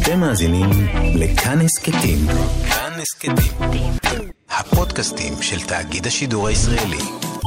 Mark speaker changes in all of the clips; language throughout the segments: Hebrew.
Speaker 1: אתם מאזינים לכאן הסקטים. כאן הסקטים. הפודקאסטים של תאגיד השידור הישראלי.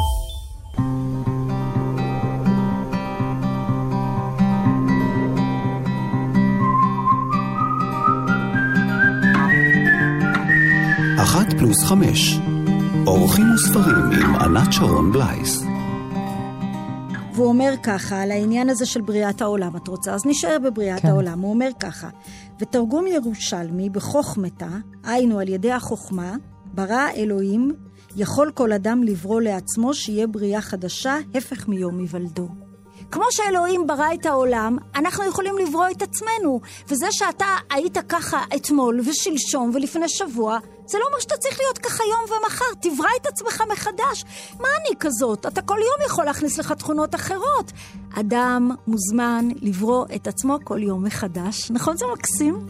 Speaker 1: אחת פלוס 5. אורחים וספרים עם ענת שרון בלייס.
Speaker 2: והוא אומר ככה, על העניין הזה של בריאת העולם, את רוצה? אז נשאר בבריאת העולם. הוא אומר ככה, ותרגום ירושלמי בחוכמתה, היינו על ידי החוכמה, ברא אלוהים, יכול כל אדם לברוא לעצמו שיהיה בריאה חדשה, הפך מיום היוולדו. כמו שאלוהים ברא את העולם, אנחנו יכולים לברוא את עצמנו. וזה שאתה היית ככה אתמול ושלשום ולפני שבוע, זה לא אומר שאתה צריך להיות ככה יום ומחר. תברא את עצמך מחדש. מה אני כזאת? אתה כל יום יכול להכניס לך תכונות אחרות. אדם מוזמן לברוא את עצמו כל יום מחדש. נכון, זה מקסים?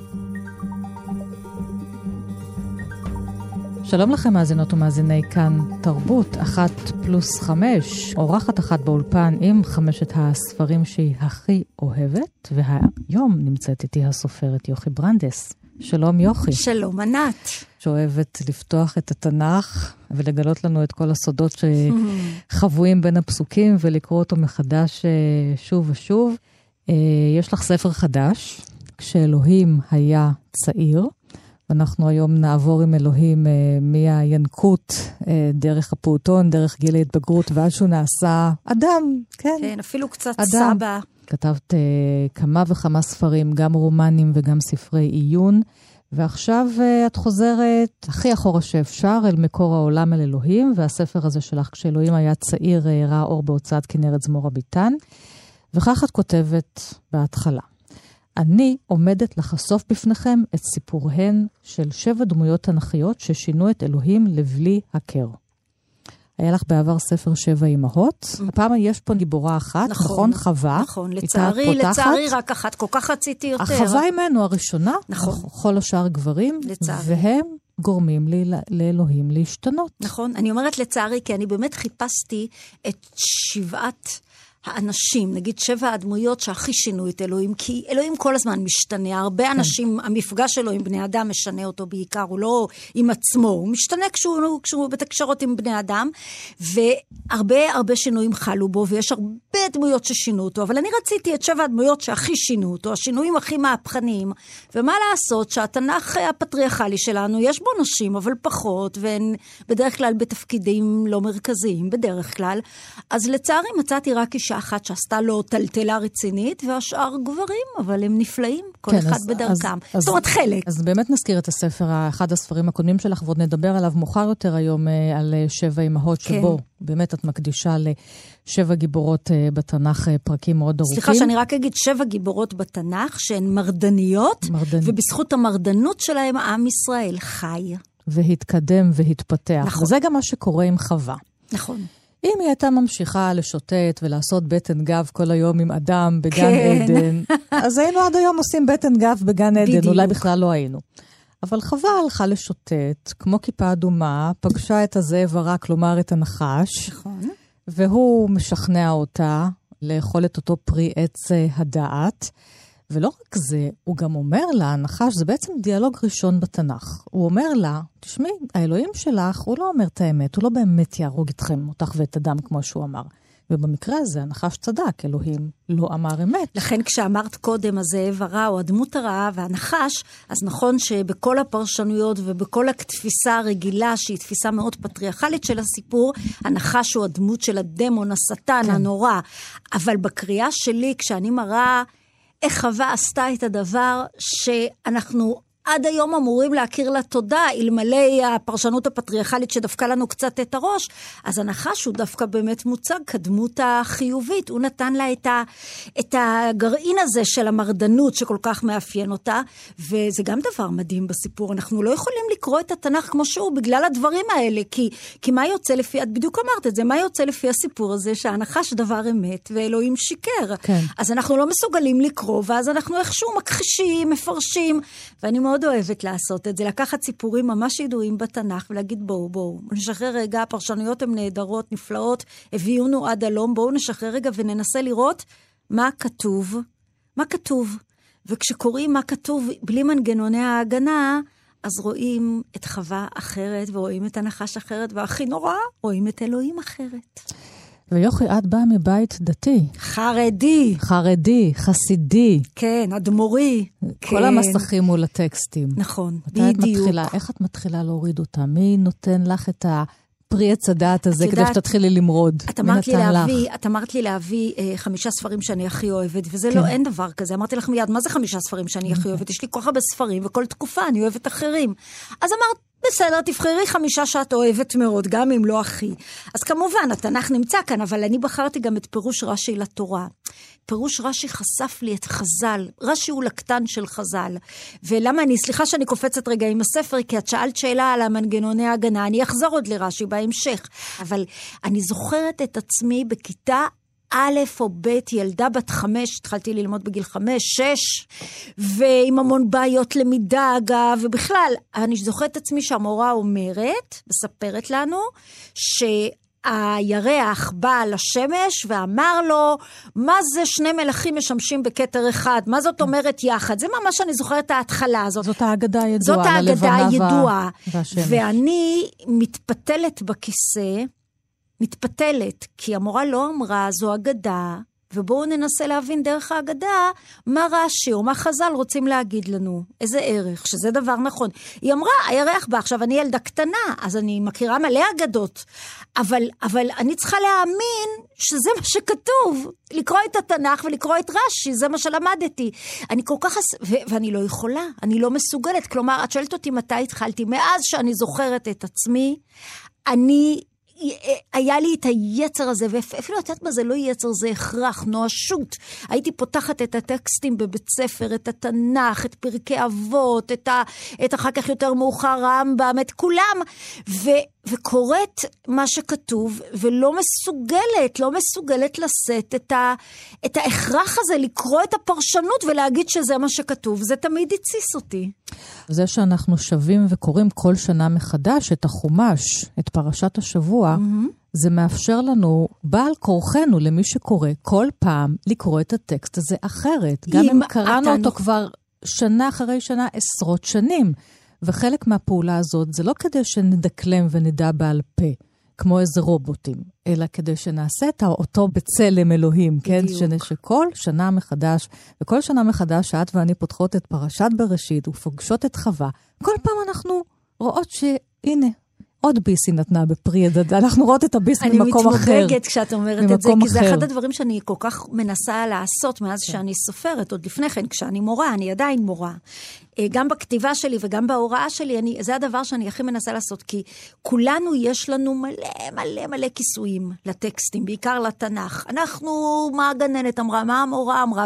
Speaker 3: שלום לכם מאזינות ומאזיני כאן תרבות 1 פלוס 5, אורחת אחת באולפן עם 5 הספרים שהיא הכי אוהבת, והיום נמצאת איתי הסופרת יוכי ברנדס. שלום יוכי.
Speaker 2: שלום ענת.
Speaker 3: שאוהבת לפתוח את התנ"ך ולגלות לנו את כל הסודות שחבויים בין הפסוקים ולקרוא אותו מחדש שוב ושוב. יש לך ספר חדש, כשאלוהים היה צעיר, ואנחנו היום נעבור עם אלוהים מהינקות, דרך הפעוטון, דרך גיל ההתבגרות, ועד שהוא נעשה אדם, כן.
Speaker 2: כן, אפילו קצת
Speaker 3: אדם.
Speaker 2: סבא.
Speaker 3: כתבת כמה וכמה ספרים, גם רומנים וגם ספרי עיון, ועכשיו את חוזרת הכי אחורה שאפשר אל מקור העולם אל אלוהים, והספר הזה שלך, כשאלוהים היה צעיר, ראה אור בהוצאת כנרת זמור הביטן, וכך את כותבת בהתחלה. אני עומדת לחשוף בפניכם את סיפוריהן של 7 דמויות תנ"כיות ששינו את אלוהים לבלי הכר. היה לך בעבר ספר 7 אמהות. הפעם יש פה גיבורה אחת, נכון? חווה.
Speaker 2: נכון, לצערי רק אחת, כל כך רציתי יותר.
Speaker 3: החווה אימנו הראשונה, נכון. כל השאר גברים, והם גורמים לאלוהים להשתנות.
Speaker 2: נכון, אני אומרת לצערי, כי אני באמת חיפשתי את 7 האנשים, נגיד 7 הדמויות שהכי שינו את אלוהים, כי אלוהים כל הזמן משתנה, הרבה אנשים, המפגש שלו עם בני אדם משנה אותו בעיקר, הוא לא עם עצמו, הוא משתנה כשהוא בתקשרות עם בני אדם, והרבה שינויים חלו בו, ויש הרבה דמויות ששינו אותו, אבל אני רציתי את 7 הדמויות שהכי שינו אותו, השינויים הכי מהפכניים, ומה לעשות שהתנ"ך הפטריארכלי שלנו, יש בו נשים, אבל פחות, והן בדרך כלל בתפקידים לא מרכזיים, בדרך כלל, אז לצערי מצאתי רק אישה אחת שעשתה לו טלטלה רצינית, והשאר גברים, אבל הם נפלאים, כל כן, אחד בדרכם. זאת אומרת חלק.
Speaker 3: אז באמת נזכיר את הספר, אחד הספרים הקודמים שלך, ועוד נדבר עליו מאוחר יותר היום, על 7 אמהות, כן. שבו באמת את מקדישה ל7 גיבורות בתנ"ך, פרקים מאוד ארוכים. סליחה
Speaker 2: שאני רק אגיד 7 גיבורות בתנ"ך, שהן מרדניות, ובזכות המרדנות שלהם עם ישראל חי.
Speaker 3: והתקדם והתפתח. נכון. וזה גם מה שקורה עם חווה.
Speaker 2: נכון.
Speaker 3: אם היא הייתה ממשיכה לשוטט ולעשות בטן גב כל היום עם אדם בגן עדן, אז היינו עד היום עושים בטן גב בגן עדן, אולי בכלל לא היינו. אבל חווה הלכה לשוטט, כמו כיפה אדומה, פגשה את הזאב הרע, כלומר את הנחש, והוא משכנע אותה לאכול את אותו פרי עץ הדעת, ולא רק זה, הוא גם אומר לה, הנחש, זה בעצם דיאלוג ראשון בתנ"ך. הוא אומר לה, תשמעי, האלוהים שלך, הוא לא אומר את האמת, הוא לא באמת יהרוג אתכם, אותך ואת אדם כמו שהוא אמר. ובמקרה הזה, הנחש צדק, אלוהים לא אמר אמת.
Speaker 2: לכן כשאמרת קודם, הזאב הרע או הדמות הרעה והנחש, אז נכון שבכל הפרשנויות ובכל התפיסה הרגילה, שהיא תפיסה מאוד פטריארכלית של הסיפור, הנחש הוא הדמות של הדמון, השטן, כן. הנורא. אבל בקריאה שלי, כשאני מראה איך חווה עשתה את הדבר שאנחנו עד היום אמורים להכיר לה תודה, אלמלא הפרשנות הפטריארכלית שדפקה לנו קצת את הראש, אז הנחש הוא דווקא באמת מוצג כדמות החיובית, הוא נתן לה את הגרעין הזה של המרדנות שכל כך מאפיין אותה, וזה גם דבר מדהים בסיפור, אנחנו לא יכולים לקרוא את התנ"ך כמו שהוא בגלל הדברים האלה, כי מה יוצא לפי, את בדיוק אמרת את זה, מה יוצא לפי הסיפור הזה שהנחש דבר אמת ואלוהים שיקר, כן. אז אנחנו לא מסוגלים לקרוא, ואז אנחנו איכשהו מכחישים, מפרשים, ואני מאוד אוהבת לעשות את זה, לקחת סיפורים ממש ידועים בתנ"ך, ולהגיד בואו, נשחרר רגע, הפרשנויות הן נהדרות, נפלאות, הביאונו עד הלום, בואו נשחרר רגע וננסה לראות מה כתוב, וכשקוראים מה כתוב בלי מנגנוני ההגנה, אז רואים את חווה אחרת, ורואים את הנחש אחרת, והכי נורא, רואים את אלוהים אחרת.
Speaker 3: ויוכי, את באה מבית דתי.
Speaker 2: חרדי.
Speaker 3: חרדי, חסידי.
Speaker 2: כן, אדמו"רי.
Speaker 3: כל המסכים מול הטקסטים.
Speaker 2: נכון, בדיוק.
Speaker 3: איך את מתחילה להוריד אותה? מי נותן לך את הפרי עץ הדעת הזה כדי שתתחילי למרוד?
Speaker 2: את אמרת לי להביא 5 ספרים שאני הכי אוהבת, וזה לא, אין דבר כזה. אמרתי לך מיד, מה זה 5 ספרים שאני הכי אוהבת? יש לי כל כך הרבה ספרים, וכל תקופה אני אוהבת אחרים. אז אמרת, בסדר, תבחרי 5 שאת אוהבת מאוד, גם אם לא הכי. אז כמובן, התנ"ך נמצא כאן, אבל אני בחרתי גם את פירוש רש"י לתורה. פירוש רש"י חשף לי את חז"ל. רש"י הוא לקטן של חז"ל. ולמה סליחה שאני קופצת רגע עם הספר, כי את שאלת שאלה על המנגנוני ההגנה, אני אחזור עוד לרש"י בהמשך. אבל אני זוכרת את עצמי בכיתה א' או ב', ילדה בת 5, התחלתי ללמוד בגיל 5, 6, ועם המון בעיות למידה, אגב, ובכלל, אני זוכרת את עצמי שהמורה אומרת, מספרת לנו, שהירח בא לשמש ואמר לו, מה זה 2 מלכים משמשים בכתר אחד? מה זאת אומרת יחד? זה ממש אני זוכרת את ההתחלה הזאת.
Speaker 3: זאת האגדה הידועה.
Speaker 2: זאת האגדה הידועה. ואני מתפתלת בכיסא, מתפתלת, כי המורה לא אמרה, זו אגדה, ובואו ננסה להבין דרך האגדה, מה רש"י או מה חז"ל רוצים להגיד לנו, איזה ערך, שזה דבר נכון. היא אמרה, הירח בא, עכשיו אני ילדה קטנה, אז אני מכירה מלא אגדות, אבל אני צריכה להאמין שזה מה שכתוב, לקרוא את התנ"ך ולקרוא את רש"י, זה מה שלמדתי. אני כל כך, ואני לא יכולה, אני לא מסוגלת, כלומר, את שואלת אותי מתי התחלתי, מאז שאני זוכרת את עצמי, היה לי את היצר הזה, ואפילו את יודעת מה, זה לא יצר, זה הכרח, נואשות. הייתי פותחת את הטקסטים בבית ספר, את התנ"ך, את פרקי אבות, את אחר כך יותר מאוחר רמב"ם, את כולם, וקוראת מה שכתוב, ולא מסוגלת לשאת את ההכרח הזה, לקרוא את הפרשנות ולהגיד שזה מה שכתוב. זה תמיד הציס אותי.
Speaker 3: זה שאנחנו שווים וקוראים כל שנה מחדש את החומש, את פרשת השבוע, זה מאפשר לנו, בעל כורחנו למי שקורא, כל פעם לקרוא את הטקסט הזה אחרת. גם אם קראנו אותו כבר שנה אחרי שנה, 10 שנים. וחלק מהפעולה הזאת זה לא כדי שנדקלם ונדע בעל פה, כמו איזה רובוטים, אלא כדי שנעשה את אותו בצלם אלוהים, כן? שכל שנה מחדש, וכל שנה מחדש שאת ואני פותחות את פרשת בראשית ופוגשות את חווה, כל פעם אנחנו רואות שהנה, עוד ביסי נתנה בפרי עץ, אנחנו רואות את הביס ממקום אחר.
Speaker 2: אני מתמוגגת כשאת אומרת את זה, כי זה אחד הדברים שאני כל כך מנסה לעשות מאז שאני סופרת, עוד לפני כן, כשאני מורה, אני עדיין מורה. גם בכתיבה שלי וגם בהוראה שלי, זה הדבר שאני הכי מנסה לעשות, כי כולנו יש לנו מלא כיסויים לטקסטים, בעיקר לתנ"ך. אנחנו, מה הגננת אמרה, מה המורה אמרה,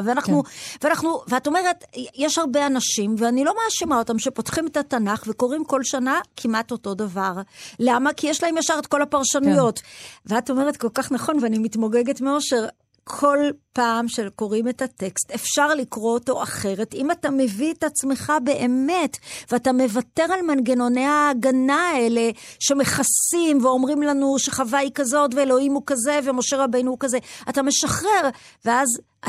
Speaker 2: ואת אומרת, יש הרבה אנשים, ואני לא מאשימה אותם, שפותחים את התנ"ך וקוראים כל שנה כמעט אותו דבר. למה? כי יש להם ישר את כל הפרשנויות. ואת אומרת כל כך נכון, ואני מתמוגגת מאושר, כל פעם שקוראים את הטקסט, אפשר לקרוא אותו אחרת, אם אתה מביא את עצמך באמת, ואתה מוותר על מנגנוני ההגנה האלה, שמכסים ואומרים לנו שחווה היא כזאת, ואלוהים הוא כזה, ומשה רבינו הוא כזה, אתה משחרר, ואז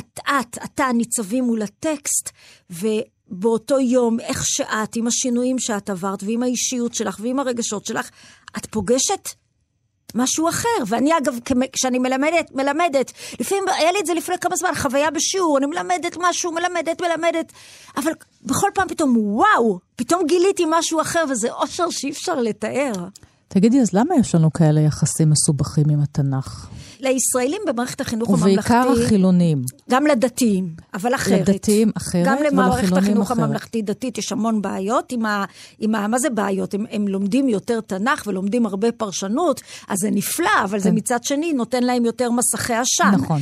Speaker 2: אתה ניצבים מול הטקסט, ובאותו יום, איך שאת, עם השינויים שאת עברת, ועם האישיות שלך, ועם הרגשות שלך, את פוגשת משהו אחר. ואני אגב, כשאני מלמדת, לפעמים, היה לי את זה לפני כמה זמן, חוויה בשיעור, אני מלמדת משהו, מלמדת, אבל בכל פעם פתאום גיליתי משהו אחר, וזה אושר שאי אפשר לתאר.
Speaker 3: תגידי, אז למה יש לנו כאלה יחסים מסובכים עם התנ"ך?
Speaker 2: לישראלים במערכת החינוך הממלכתי.
Speaker 3: ובעיקר החילונים.
Speaker 2: גם לדתיים, אבל אחרת.
Speaker 3: לדתיים אחרת,
Speaker 2: גם למערכת החינוך הממלכתי דתית יש המון בעיות. מה זה בעיות? הם לומדים יותר תנ"ך ולומדים הרבה פרשנות, אז זה נפלא, אבל זה מצד שני נותן להם יותר מסכי עשן.
Speaker 3: נכון.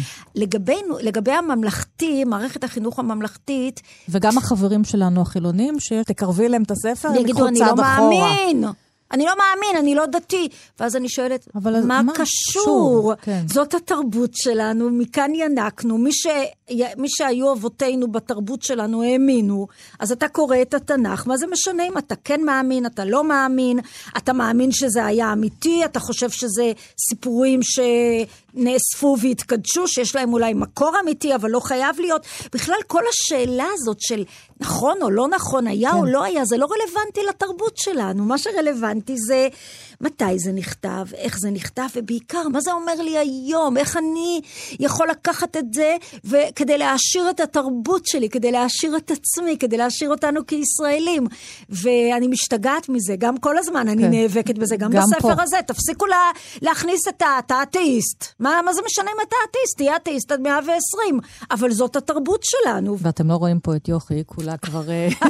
Speaker 2: לגבי הממלכתי, מערכת החינוך הממלכתית.
Speaker 3: וגם החברים שלנו החילונים, שתקרבי להם את הספר, הם
Speaker 2: יגידו, אני לא מאמין. אני לא מאמין, אני לא דתי. ואז אני שואלת, מה קשור? כן. זאת התרבות שלנו, מכאן ינקנו, מי שהיו אבותינו בתרבות שלנו האמינו, אז אתה קורא את התנ"ך, מה זה משנה אם אתה כן מאמין, אתה לא מאמין, אתה מאמין שזה היה אמיתי, אתה חושב שזה סיפורים שנאספו והתקדשו, שיש להם אולי מקור אמיתי, אבל לא חייב להיות. בכלל כל השאלה הזאת של נכון או לא נכון, היה או לא היה, זה לא רלוונטי לתרבות שלנו. מה שרלוונטי זה מתי זה נכתב, איך זה נכתב, ובעיקר, מה זה אומר לי היום, איך אני יכול לקחת את זה, וכדי להעשיר את התרבות שלי, כדי להעשיר את עצמי, כדי להעשיר אותנו כישראלים. ואני משתגעת מזה, גם כל הזמן אני נאבקת בזה, גם בספר הזה. תפסיקו להכניס את האתאיסט. מה זה משנה אם אתה אתאיסט? תהיה אתאיסט עד 120. אבל זאת התרבות שלנו. ואתם
Speaker 3: לא רואים פה את יוכי, כולה כבר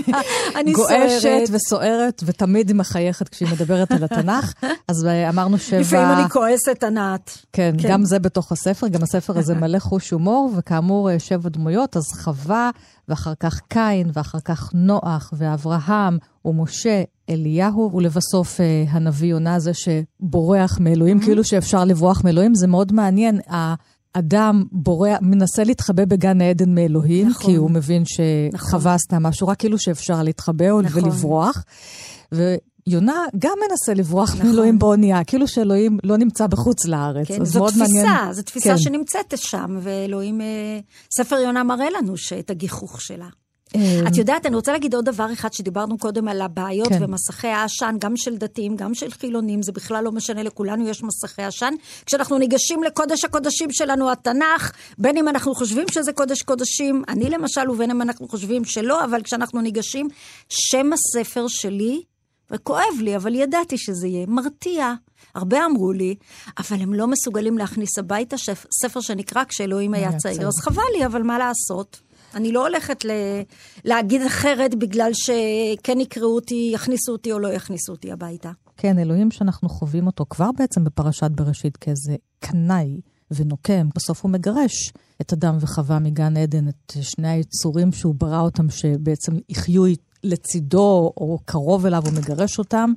Speaker 3: גועשת וסוערת, ותמיד היא מחייכת כשהיא מדברת על התנ"ך. אז אמרנו
Speaker 2: לפעמים אני כועסת, ענת.
Speaker 3: כן, גם זה בתוך הספר, גם הספר הזה מלא חוש הומור, וכאמור 7 דמויות, אז חווה, ואחר כך קין, ואחר כך נוח, ואברהם, ומשה, אליהו, ולבסוף הנביא יונה הזה שבורח מאלוהים, כאילו שאפשר לברוח מאלוהים, זה מאוד מעניין. האדם מנסה להתחבא בגן העדן מאלוהים, כי הוא מבין שחווה עשתה משהו, רק כאילו שאפשר להתחבא ולברוח. יונה גם מנסה לברוח מאלוהים באונייה, כאילו שאלוהים לא נמצא בחוץ לארץ.
Speaker 2: כן, זו תפיסה, זו תפיסה שנמצאת שם, ואלוהים, ספר יונה מראה לנו את הגיחוך שלה. את יודעת, אני רוצה להגיד עוד דבר אחד שדיברנו קודם על הבעיות ומסכי העשן, גם של דתיים, גם של חילונים, זה בכלל לא משנה, לכולנו יש מסכי עשן. כשאנחנו ניגשים לקודש הקודשים שלנו, התנ"ך, בין אם אנחנו חושבים שזה קודש קודשים, אני למשל, ובין אם אנחנו חושבים שלא, אבל כשאנחנו ניגשים, שם הספר שלי, וכואב לי, אבל ידעתי שזה יהיה מרתיע. הרבה אמרו לי, אבל הם לא מסוגלים להכניס הביתה ספר שנקרא כשאלוהים היה צעיר. אז חבל לי, אבל מה לעשות? אני לא הולכת להגיד אחרת בגלל שכן יקראו אותי, יכניסו אותי או לא יכניסו אותי הביתה.
Speaker 3: כן, אלוהים שאנחנו חווים אותו כבר בעצם בפרשת בראשית כאיזה קנאי ונוקם. בסוף הוא מגרש את אדם וחווה מגן עדן, את שני היצורים שהוא ברא אותם שבעצם יחיו לצידו או קרוב אליו ומגרש אותם.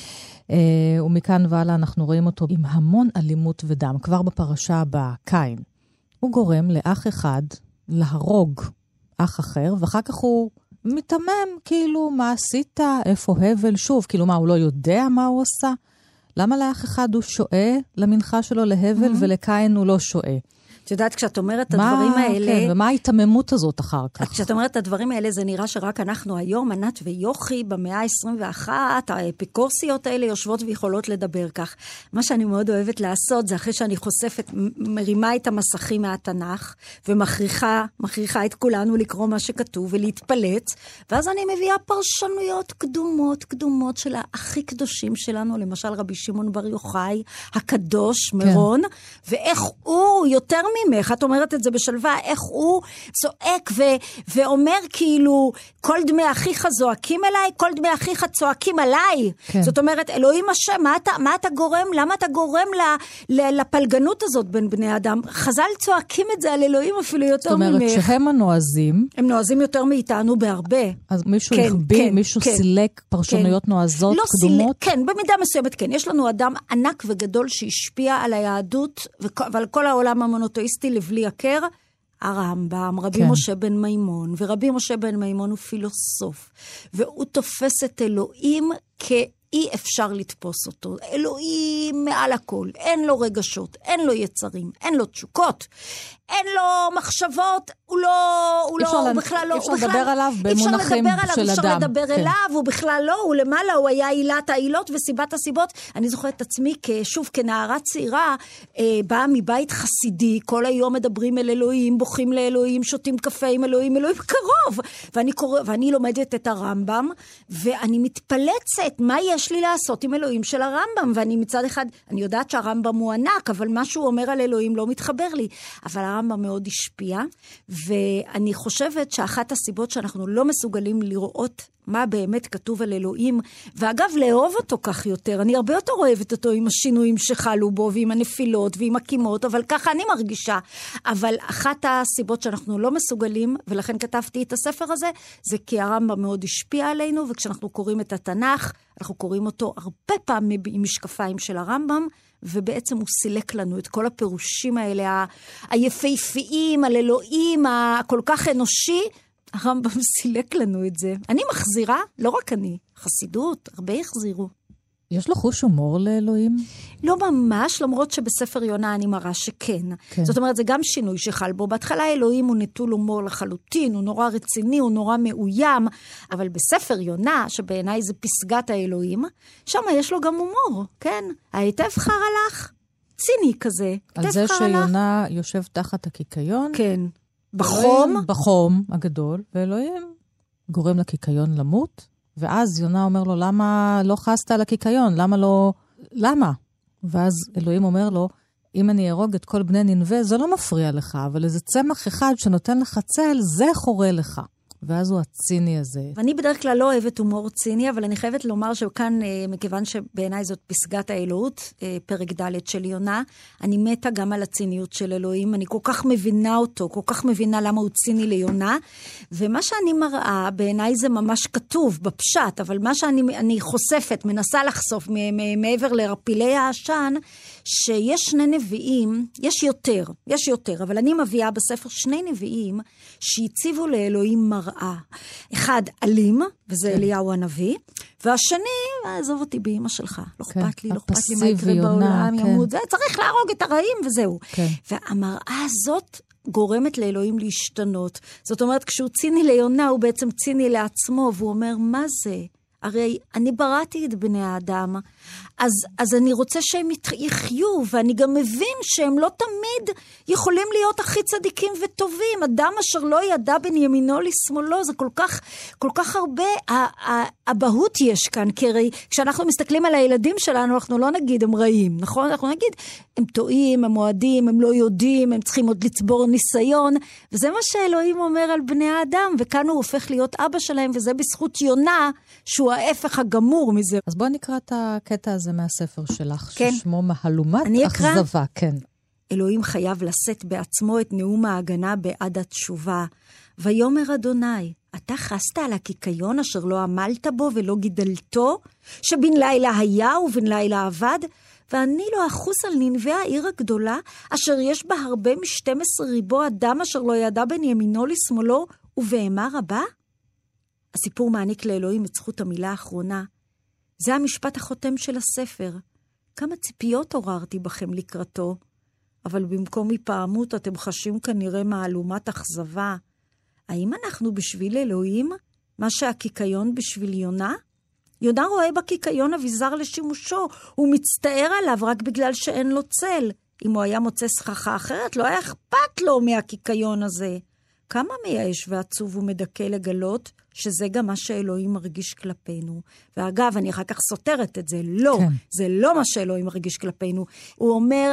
Speaker 3: ומכאן והלאה אנחנו רואים אותו עם המון אלימות ודם. כבר בפרשה הבאה, קין. הוא גורם לאח אחד להרוג אח אחר, ואחר כך הוא מתמם, כאילו, מה עשית? איפה הבל? שוב, כאילו, מה, הוא לא יודע מה הוא עשה? למה לאח אחד הוא שואה למנחה שלו להבל, ולקין הוא לא שואה?
Speaker 2: את יודעת, כשאת אומרת את הדברים האלה...
Speaker 3: כן, ומה ההתממות הזאת אחר כך?
Speaker 2: כשאת אומרת את הדברים האלה, זה נראה שרק אנחנו היום, ענת ויוכי, במאה ה-21, האפיקורסיות האלה יושבות ויכולות לדבר כך. מה שאני מאוד אוהבת לעשות, זה אחרי שאני חושפת, מרימה את המסכים מהתנ"ך, ומכריחה את כולנו לקרוא מה שכתוב, ולהתפלץ, ואז אני מביאה פרשנויות קדומות של הכי קדושים שלנו, למשל רבי שמעון בר יוחאי, הקדוש, מירון, ואיך הוא יותר ממך, את אומרת את זה בשלווה, איך הוא צועק ואומר כאילו, כל דמי אחיך זועקים אליי, כל דמי אחיך צועקים עליי. כן. זאת אומרת, אלוהים השם, מה אתה גורם, למה אתה גורם לפלגנות הזאת בין בני אדם? חז"ל צועקים את זה על אלוהים אפילו יותר ממך.
Speaker 3: זאת אומרת, כשהם הנועזים,
Speaker 2: הם נועזים יותר מאיתנו בהרבה.
Speaker 3: אז מישהו החביא, מישהו סילק פרשנויות נועזות קדומות?
Speaker 2: כן, במידה מסוימת, כן. יש לנו אדם ענק וגדול שהשפיע על היהדות ועל כל העולם המונותאיסטי לבלי הכר, הרמב"ם, רבי משה בן מימון, ורבי משה בן מימון הוא פילוסוף, והוא תופס את אלוהים אי אפשר לתפוס אותו. אלוהים מעל הכל. אין לו רגשות, אין לו יצרים, אין לו תשוקות, אין לו מחשבות, הוא בכלל לא...
Speaker 3: אי אפשר לדבר עליו במונחים של אדם.
Speaker 2: אפשר לדבר אליו, הוא בכלל לא, הוא למעלה, הוא היה עילת העילות וסיבת הסיבות. אני זוכרת את עצמי, שוב, כנערה צעירה, באה מבית חסידי, כל היום מדברים אל אלוהים, בוכים לאלוהים, שותים קפה עם אלוהים, אלוהים קרוב. ואני לומדת את הרמב"ם, ואני מתפלצת, מה יש לי לעשות עם אלוהים של הרמב"ם? ואני מצד אחד, אני יודעת שהרמב"ם הוא ענק, אבל מה שהוא אומר על אלוהים לא מתחבר לי. אבל הרמב"ם מאוד השפיע, ואני חושבת שאחת הסיבות שאנחנו לא מסוגלים לראות מה באמת כתוב על אלוהים, ואגב, לאהוב אותו כך יותר. אני הרבה יותר אוהבת אותו עם השינויים שחלו בו, ועם הנפילות, ועם הקימות, אבל ככה אני מרגישה. אבל אחת הסיבות שאנחנו לא מסוגלים, ולכן כתבתי את הספר הזה, זה כי הרמב"ם מאוד השפיע עלינו, וכשאנחנו קוראים את התנ"ך, אנחנו קוראים אותו הרבה פעמים עם משקפיים של הרמב"ם, ובעצם הוא סילק לנו את כל הפירושים האלה, היפהפיים, על אלוהים, הכל כך אנושי, הרמב"ם סילק לנו את זה. אני מחזירה, לא רק אני, חסידות, הרבה יחזירו.
Speaker 3: יש לו חוש הומור לאלוהים?
Speaker 2: לא ממש, למרות שבספר יונה אני מראה שכן. כן. זאת אומרת, זה גם שינוי שחל בו. בהתחלה אלוהים הוא נטול הומור לחלוטין, הוא נורא רציני, הוא נורא מאוים, אבל בספר יונה, שבעיניי זה פסגת האלוהים, שם יש לו גם הומור, כן? היטב חר הלך, ציני כזה.
Speaker 3: על זה שיונה יושב תחת הקיקיון?
Speaker 2: כן. בחום?
Speaker 3: בחום הגדול, ואלוהים גורם לקיקיון למות, ואז יונה אומר לו, למה לא חסת על הקיקיון? למה לא... למה? ואז אלוהים אומר לו, אם אני ארוג את כל בני נינווה, זה לא מפריע לך, אבל איזה צמח אחד שנותן לך צל, זה חורה לך. ואז הוא הציני הזה.
Speaker 2: ואני בדרך כלל לא אוהבת הומור ציני, אבל אני חייבת לומר שכאן, מכיוון שבעיניי זאת פסגת האלוהות, פרק ד' של יונה, אני מתה גם על הציניות של אלוהים, אני כל כך מבינה אותו, כל כך מבינה למה הוא ציני ליונה, ומה שאני מראה, בעיניי זה ממש כתוב בפשט, אבל מה שאני חושפת, מנסה לחשוף מעבר לרפילי העשן, שיש שני נביאים, יש יותר, אבל אני מביאה בספר שני נביאים, שהציבו לאלוהים מראה. אחד אלים, וזה אליהו הנביא, והשני, עזוב אותי באמא שלך, לא אכפת לי, לא אכפת לי מה יקרה בעולם, ימות, זה צריך להרוג את הרעים וזהו. והמראה הזאת גורמת לאלוהים להשתנות. זאת אומרת, כשהוא ציני ליונה, הוא בעצם ציני לעצמו, והוא אומר, מה זה? הרי אני בראתי את בני האדם, אז אני רוצה שהם יחיו, ואני גם מבין שהם לא תמיד יכולים להיות הכי צדיקים וטובים. אדם אשר לא ידע בין ימינו לשמאלו, זה כל כך הרבה, הבהות יש כאן, כי הרי כשאנחנו מסתכלים על הילדים שלנו, אנחנו לא נגיד הם רעים, נכון? אנחנו נגיד, הם טועים, הם מועדים, הם לא יודעים, הם צריכים עוד לצבור ניסיון, וזה מה שאלוהים אומר על בני האדם, וכאן הוא הופך להיות אבא שלהם, וזה בזכות יונה, שהוא ההפך הגמור מזה.
Speaker 3: אז בואי נקרא את הקטע הזה מהספר שלך, כן. ששמו מהלומת אכזבה. כן.
Speaker 2: אלוהים חייב לשאת בעצמו את נאום ההגנה בעד התשובה. ויאמר אדוני, אתה חסת על הקיקיון אשר לא עמלת בו ולא גידלתו, שבין לילה היה ובין לילה עבד, ואני לא אחוס על נינווה העיר הגדולה, אשר יש בה הרבה מ12 ריבו אדם אשר לא ידע בין ימינו לשמאלו, ובהמה רבה? הסיפור מעניק לאלוהים את זכות המילה האחרונה. זה המשפט החותם של הספר. כמה ציפיות עוררתי בכם לקראתו, אבל במקום היפעמות אתם חשים כנראה מהלומת אכזבה. האם אנחנו בשביל אלוהים? מה שהקיקיון בשביל יונה? יונה רואה בקיקיון אביזר לשימושו, הוא מצטער עליו רק בגלל שאין לו צל. אם הוא היה מוצא סככה אחרת, לא היה אכפת לו מהקיקיון הזה. כמה מייאש ועצוב הוא מדכא לגלות שזה גם מה שאלוהים מרגיש כלפינו. ואגב, אני אחר כך סותרת את זה. לא, כן. זה לא מה שאלוהים מרגיש כלפינו. הוא אומר,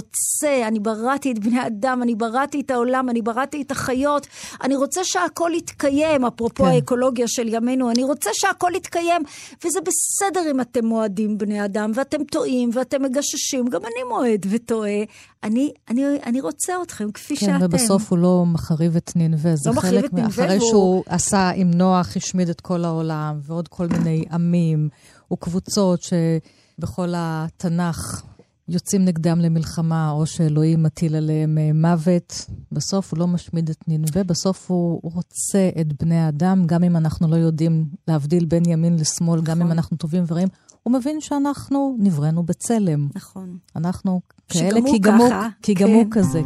Speaker 2: אני בראתי את בני אדם, אני בראתי את העולם, אני בראתי את החיות, אני רוצה שהכל יתקיים, אפרופו כן. האקולוגיה של ימינו, אני רוצה שהכל יתקיים, וזה בסדר אם אתם מועדים בני אדם, ואתם טועים, ואתם מגששים, גם אני מועד וטועה. אני רוצה אתכם כפי
Speaker 3: כן,
Speaker 2: שאתם.
Speaker 3: ובסוף הוא לא מחריב את נינווה, זה לא חלק מאחרי שהוא עשה עם נוח, השמיד את כל העולם, ועוד כל מיני עמים וקבוצות שבכל התנ"ך יוצאים נגדם למלחמה, או שאלוהים מטיל עליהם מוות. בסוף הוא לא משמיד את נינווה, בסוף הוא רוצה את בני האדם, גם אם אנחנו לא יודעים להבדיל בין ימין לשמאל, גם אם אנחנו טובים ורעים, הוא מבין שאנחנו נבראנו בצלם.
Speaker 2: נכון.
Speaker 3: אנחנו כאלה, כי גם הוא כזה.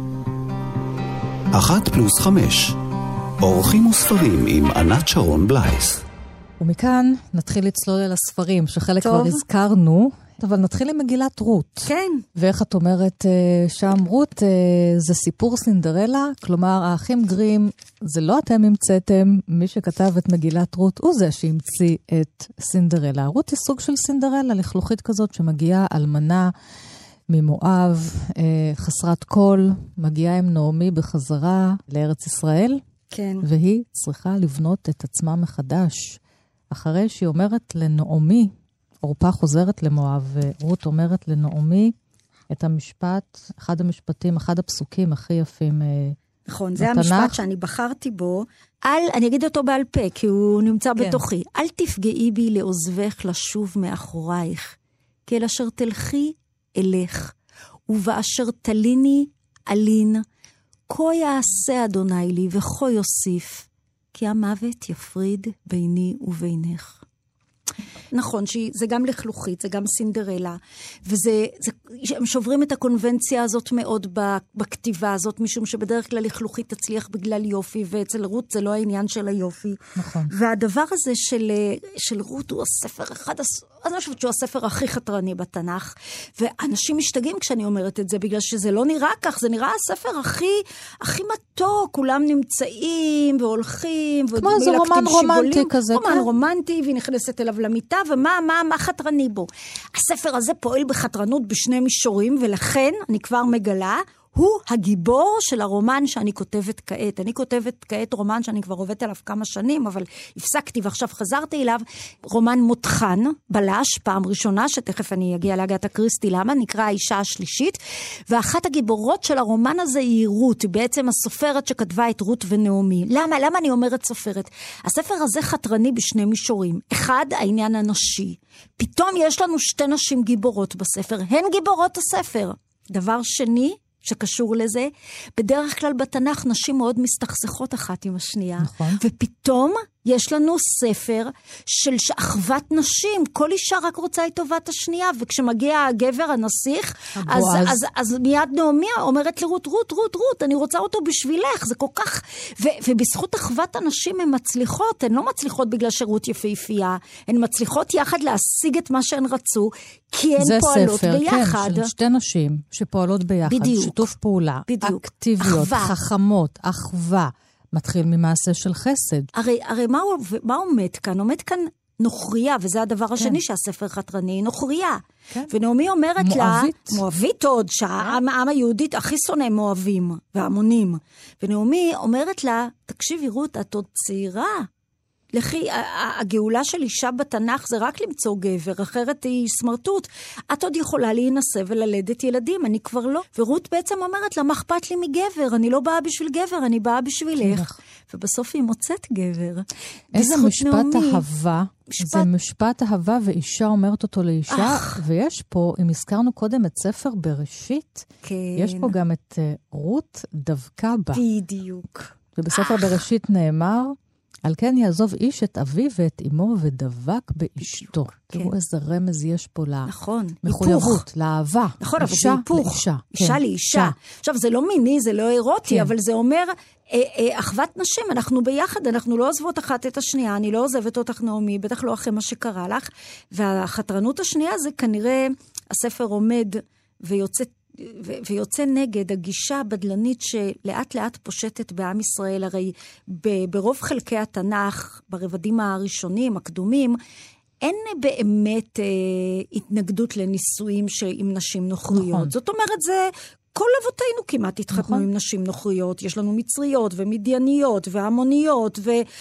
Speaker 1: 1+5 אורחים וספרים עם ענת שרון בלייס.
Speaker 3: ומכאן נתחיל לצלול אל הספרים, שחלק כבר הזכרנו, אבל נתחיל עם מגילת רות.
Speaker 2: כן.
Speaker 3: ואיך את אומרת שם, רות זה סיפור סינדרלה, כלומר האחים גרים, זה לא אתם המצאתם, מי שכתב את מגילת רות הוא זה שהמציא את סינדרלה. רות היא סוג של סינדרלה, לכלוכית כזאת שמגיעה אלמנה ממואב, חסרת כל, מגיעה עם נעמי בחזרה לארץ ישראל,
Speaker 2: כן.
Speaker 3: והיא צריכה לבנות את עצמה מחדש. אחרי שהיא אומרת לנעמי, אורפה חוזרת למואב, ורות אומרת לנעמי את המשפט, אחד המשפטים, אחד הפסוקים הכי יפים
Speaker 2: נכון, זה המשפט שאני בחרתי בו. אני אגיד אותו בעל פה, כי הוא נמצא בתוכי. אל תפגעי בי לעוזבך לשוב מאחורייך, כי אל אשר תלכי אלך, ובאשר תליני אלין, כה יעשה אדוני לי וכה יוסיף, כי המוות יפריד ביני ובינך. נכון, זה גם לחלוכית, זה גם סינדרלה, הם שוברים את הקונבנציה הזאת מאוד בכתיבה הזאת, משום שבדרך כלל לחלוכית תצליח בגלל יופי, ואצל רות זה לא העניין של היופי. נכון. והדבר הזה של רות הוא הספר אחד, אני חושבת שהוא הספר הכי חתרני בתנ"ך, ואנשים משתגעים כשאני אומרת את זה, בגלל שזה לא נראה כך, זה נראה הספר הכי מתוק, כולם נמצאים והולכים,
Speaker 3: כמו איזה רומן רומנטי כזה.
Speaker 2: רומן רומנטי, והיא נכנסת אליו למיטה, ומה חתרני בו? הספר הזה פועל בחתרנות בשני מישורים, ולכן אני כבר מגלה, הוא הגיבור של הרומן שאני כותבת כעת. אני כותבת כעת רומן שאני כבר עובדת עליו כמה שנים, אבל הפסקתי ועכשיו חזרתי אליו, רומן מותחן, בלש, פעם ראשונה, שתכף אני אגיע להגעת הקריסטי, למה? נקרא האישה השלישית, ואחת הגיבורות של הרומן הזה היא רות, היא בעצם הסופרת שכתבה את רות ונעמי. למה אני אומרת סופרת? הספר הזה חתרני בשני מישורים. אחד, העניין הנשי. פתאום יש לנו שתי נשים גיבורות בספר, הן גיבורות הספר. דבר שני, שקשור לזה, בדרך כלל בתנ"ך נשים מאוד מסתכסכות אחת עם השנייה. נכון. ופתאום יש לנו ספר של אחוות נשים, כל אישה רק רוצה את טובת השנייה, וכשמגיע הגבר הנסיך, אז מיד נעמי אומרת לרות, רות, אני רוצה אותו בשבילך, זה כל כך, ובזכות אחוות הנשים הן מצליחות, הן לא מצליחות בגלל שרות יפהפייה, הן מצליחות יחד להשיג את מה שהן רצו, כי הן פועלות ביחד. זה ספר,
Speaker 3: כן, של שתי נשים שפועלות ביחד, בדיוק, שיתוף פעולה, בדיוק, אקטיביות, חכמות, אחווה, מתחיל ממעשה של חסד.
Speaker 2: הרי מה עומד כאן? עומד כאן נוכריה, וזה הדבר השני שהספר חתרני, נוכריה. ונעמי אומרת לה, מואבית עוד, שהעם היהודית הכי שונא מואבים והמונים. ונעמי אומרת לה, תקשיבי רות, את עוד צעירה. לכי, הגאולה של אישה בתנ"ך זה רק למצוא גבר, אחרת היא סמרטוט. את עוד יכולה להינשא וללדת ילדים, אני כבר לא. ורות בעצם אומרת לה, מה אכפת לי מגבר? אני לא באה בשביל גבר, אני באה בשבילך. ובסוף היא מוצאת גבר.
Speaker 3: איזה משפט אהבה. זה משפט אהבה ואישה אומרת אותו לאישה, ויש פה, אם הזכרנו קודם את ספר בראשית, יש פה גם את רות דבקה בה.
Speaker 2: בדיוק.
Speaker 3: ובספר בראשית נאמר, על כן יעזוב איש את אביו ואת אמו ודבק באשתו. תראו איזה רמז יש פה למחויבות, לאהבה.
Speaker 2: נכון, אבל זה היפוך. אישה לאישה. עכשיו, זה לא מיני, זה לא אירוטי, אבל זה אומר, אחוות נשים, אנחנו ביחד, אנחנו לא עוזבות אחת את השנייה, אני לא עוזבת אותך נעמי, בטח לא אחרי מה שקרה לך. והחתרנות השנייה זה כנראה, הספר עומד ויוצא נגד הגישה הבדלנית שלאט לאט פושטת בעם ישראל, הרי ברוב חלקי התנ"ך, ברבדים הראשונים, הקדומים, אין באמת התנגדות לנישואים עם נשים נוכריות. נכון. זאת אומרת, זה כל אבותינו כמעט התחתנו עם נשים נוכריות. יש לנו מצריות ומדייניות והמוניות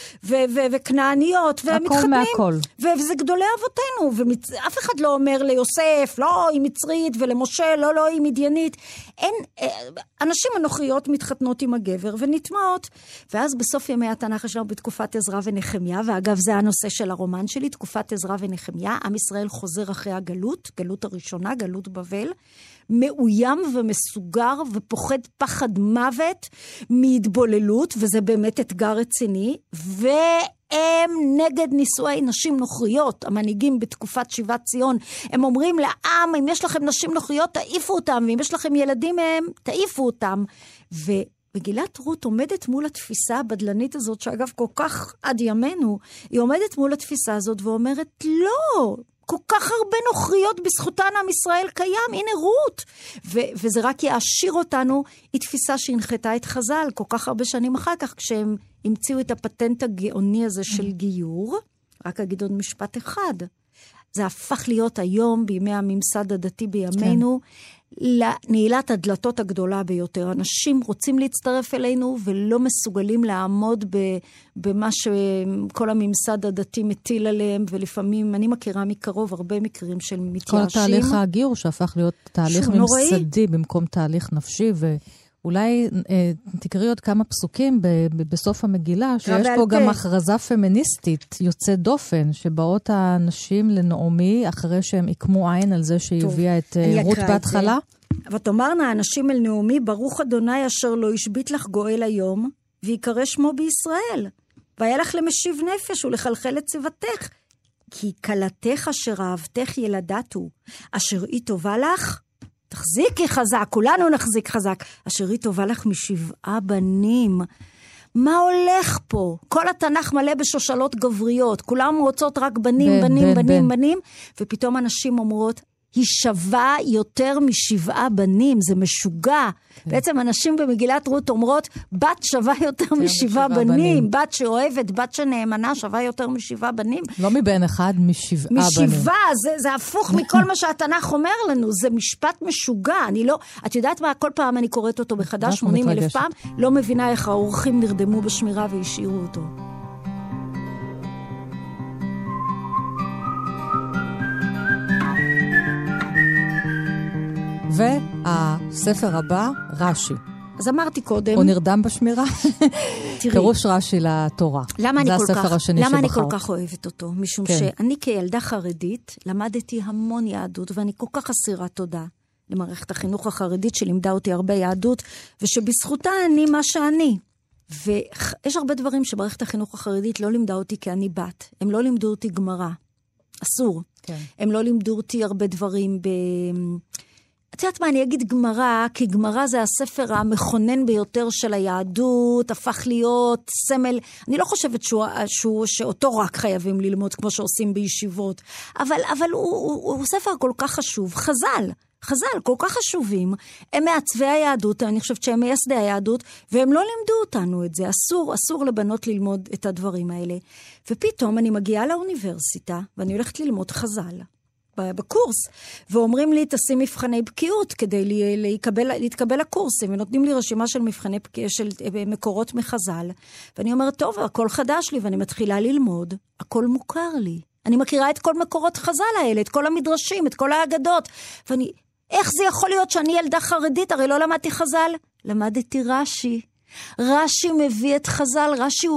Speaker 2: וכנעניות ומתחתנים.
Speaker 3: הכל מהכל.
Speaker 2: וזה גדולי אבותינו. ואף אחד לא אומר ליוסף, לא, היא מצרית, ולמשה, לא, היא מדיינית. הנשים הנוכריות מתחתנות עם הגבר ונטמעות. ואז בסוף ימי התנ"ך שלנו בתקופת עזרא ונחמיה, ואגב זה הנושא של הרומן שלי, תקופת עזרא ונחמיה, עם ישראל חוזר אחרי הגלות, גלות הראשונה, גלות בבל, מאוים ומסוגר ופוחד פחד מוות מהתבוללות, וזה באמת אתגר רציני, והם נגד נישואי נשים נוכריות, המנהיגים בתקופת שיבת ציון, הם אומרים לעם, אם יש לכם נשים נוכריות, תעיפו אותם, ואם יש לכם ילדים מהם, תעיפו אותם, מגילת רות עומדת מול התפיסה הבדלנית הזאת, שאגב כל כך עד ימינו, היא עומדת מול התפיסה הזאת ואומרת, לא, כל כך הרבה נוכריות בזכותן עם ישראל קיים, הנה רות. וזה רק יעשיר אותנו, היא תפיסה שהנחתה את חז"ל, כל כך הרבה שנים אחר כך, כשהם המציאו את הפטנט הגאוני הזה של גיור, רק אגיד עוד משפט אחד, זה הפך להיות היום, בימי הממסד הדתי בימינו, לנעילת הדלתות הגדולה ביותר. אנשים רוצים להצטרף אלינו ולא מסוגלים לעמוד במה שכל הממסד הדתי מטיל עליהם, ולפעמים אני מכירה מקרוב הרבה מקרים של מתייאשים.
Speaker 3: כל תהליך הגיור שהפך להיות תהליך ממסדי במקום תהליך נפשי אולי תקראי עוד כמה פסוקים בסוף המגילה, שיש פה גם הכרזה פמיניסטית יוצאת דופן, שבאות הנשים לנעמי, אחרי שהם יקמו עין על זה שהיא הביאה את רות בהתחלה.
Speaker 2: ותאמרנה הנשים אל נעמי, ברוך אדוני אשר לא ישבית לך גואל היום, ויקרא שמו בישראל. והיה לך למשיב נפש ולחלחל את צוותך. כי כלתך אשר אהבתך ילדתו, אשר היא טובה לך, תחזיקי חזק, כולנו נחזיק חזק, אשר היא טובה לך משבעה בנים. מה הולך פה? כל התנ"ך מלא בשושלות גבריות, כולם רוצות רק בנים, בנים, בנים, בנים, ופתאום אנשים אומרות, היא שווה יותר משבעה בנים, זה משוגע. בעצם אנשים במגילת רות אומרות, בת שווה יותר משבעה בנים, בת שאוהבת, בת שנאמנה שווה יותר משבעה בנים.
Speaker 3: לא מבן אחד, משבעה בנים.
Speaker 2: משבעה, זה הפוך מכל מה שהתנ"ך אומר לנו, זה משפט משוגע. אני לא, את יודעת מה, כל פעם אני קוראת אותו בחדש, 80,000 פעם, לא מבינה איך האורחים נרדמו בשמירה והשאירו אותו.
Speaker 3: והספר הבא, רש"י.
Speaker 2: אז אמרתי קודם...
Speaker 3: הוא נרדם בשמירה? פירוש רש"י לתורה.
Speaker 2: למה אני כל כך אוהבת אותו? משום שאני כילדה חרדית למדתי המון יהדות, ואני כל כך אסירה תודה למערכת החינוך החרדית, שלימדה אותי הרבה יהדות, ושבזכותה אני מה שאני. ויש הרבה דברים שמערכת החינוך החרדית לא לימדה אותי כי אני בת. הם לא לימדו אותי גמרא. אסור. הם לא לימדו אותי הרבה דברים את יודעת מה, אני אגיד גמרא, כי גמרא זה הספר המכונן ביותר של היהדות, הפך להיות סמל, אני לא חושבת שאותו רק חייבים ללמוד כמו שעושים בישיבות, אבל הוא ספר כל כך חשוב. חז"ל כל כך חשובים, הם מעצבי היהדות, אני חושבת שהם מייסדי היהדות, והם לא לימדו אותנו את זה, אסור לבנות ללמוד את הדברים האלה. ופתאום אני מגיעה לאוניברסיטה, ואני הולכת ללמוד חז"ל. בקורס, ואומרים לי, תשים מבחני בקיאות כדי להתקבל לקורסים, ונותנים לי רשימה של מבחני של מקורות מחז"ל, ואני אומרת, טוב, הכל חדש לי, ואני מתחילה ללמוד, הכל מוכר לי. אני מכירה את כל מקורות חז"ל האלה, את כל המדרשים, את כל האגדות, איך זה יכול להיות שאני ילדה חרדית? הרי לא למדתי חז"ל, למדתי רש"י. רש"י מביא את חז"ל,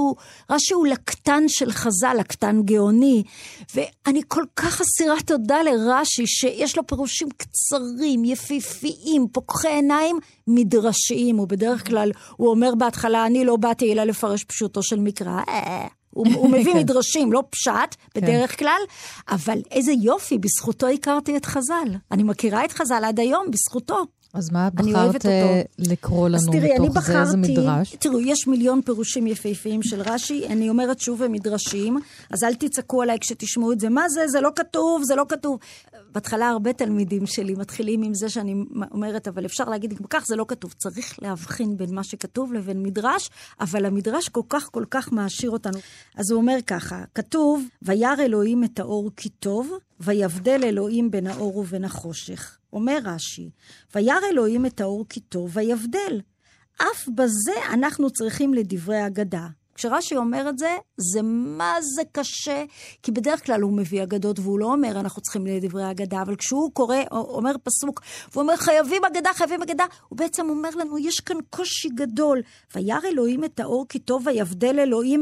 Speaker 2: רש"י הוא לקטן של חז"ל, לקטן גאוני, ואני כל כך אסירה תודה לרש"י, שיש לו פירושים קצרים, יפיפיים, פוקחי עיניים, מדרשיים, ובדרך כלל הוא אומר בהתחלה, אני לא באתי אלא לפרש פשוטו של מקרא, הוא מביא מדרשים, לא פשט, בדרך כלל, אבל איזה יופי, בזכותו הכרתי את חז"ל. אני מכירה את חז"ל עד היום, בזכותו.
Speaker 3: אז מה בחרת לקרוא לנו מתוך זה? איזה מדרש?
Speaker 2: תראו, יש מיליון פירושים יפהפיים של רש"י, אני אומרת שוב הם מדרשים, אז אל תצעקו עליי כשתשמעו את זה, מה זה? זה לא כתוב, זה לא כתוב. בהתחלה הרבה תלמידים שלי מתחילים עם זה שאני אומרת, אבל אפשר להגיד, כך זה לא כתוב, צריך להבחין בין מה שכתוב לבין מדרש, אבל המדרש כל כך מעשיר אותנו. אז הוא אומר ככה, כתוב, וירא אלוהים את האור כי טוב, ויבדל אלוהים בין האור ובין החושך. אומר רש"י, וירא אלוהים את האור כי טוב, ויבדל. אף בזה אנחנו צריכים לדברי אגדה. כשרש"י אומר את זה, זה מה זה קשה, כי בדרך כלל הוא מביא אגדות, והוא לא אומר, אנחנו צריכים לדברי אגדה, אבל כשהוא קורא, אומר פסוק, והוא אומר, חייבים אגדה, הוא בעצם אומר לנו, יש כאן קושי גדול, וירא אלוהים את האור כי טוב, ויבדל אלוהים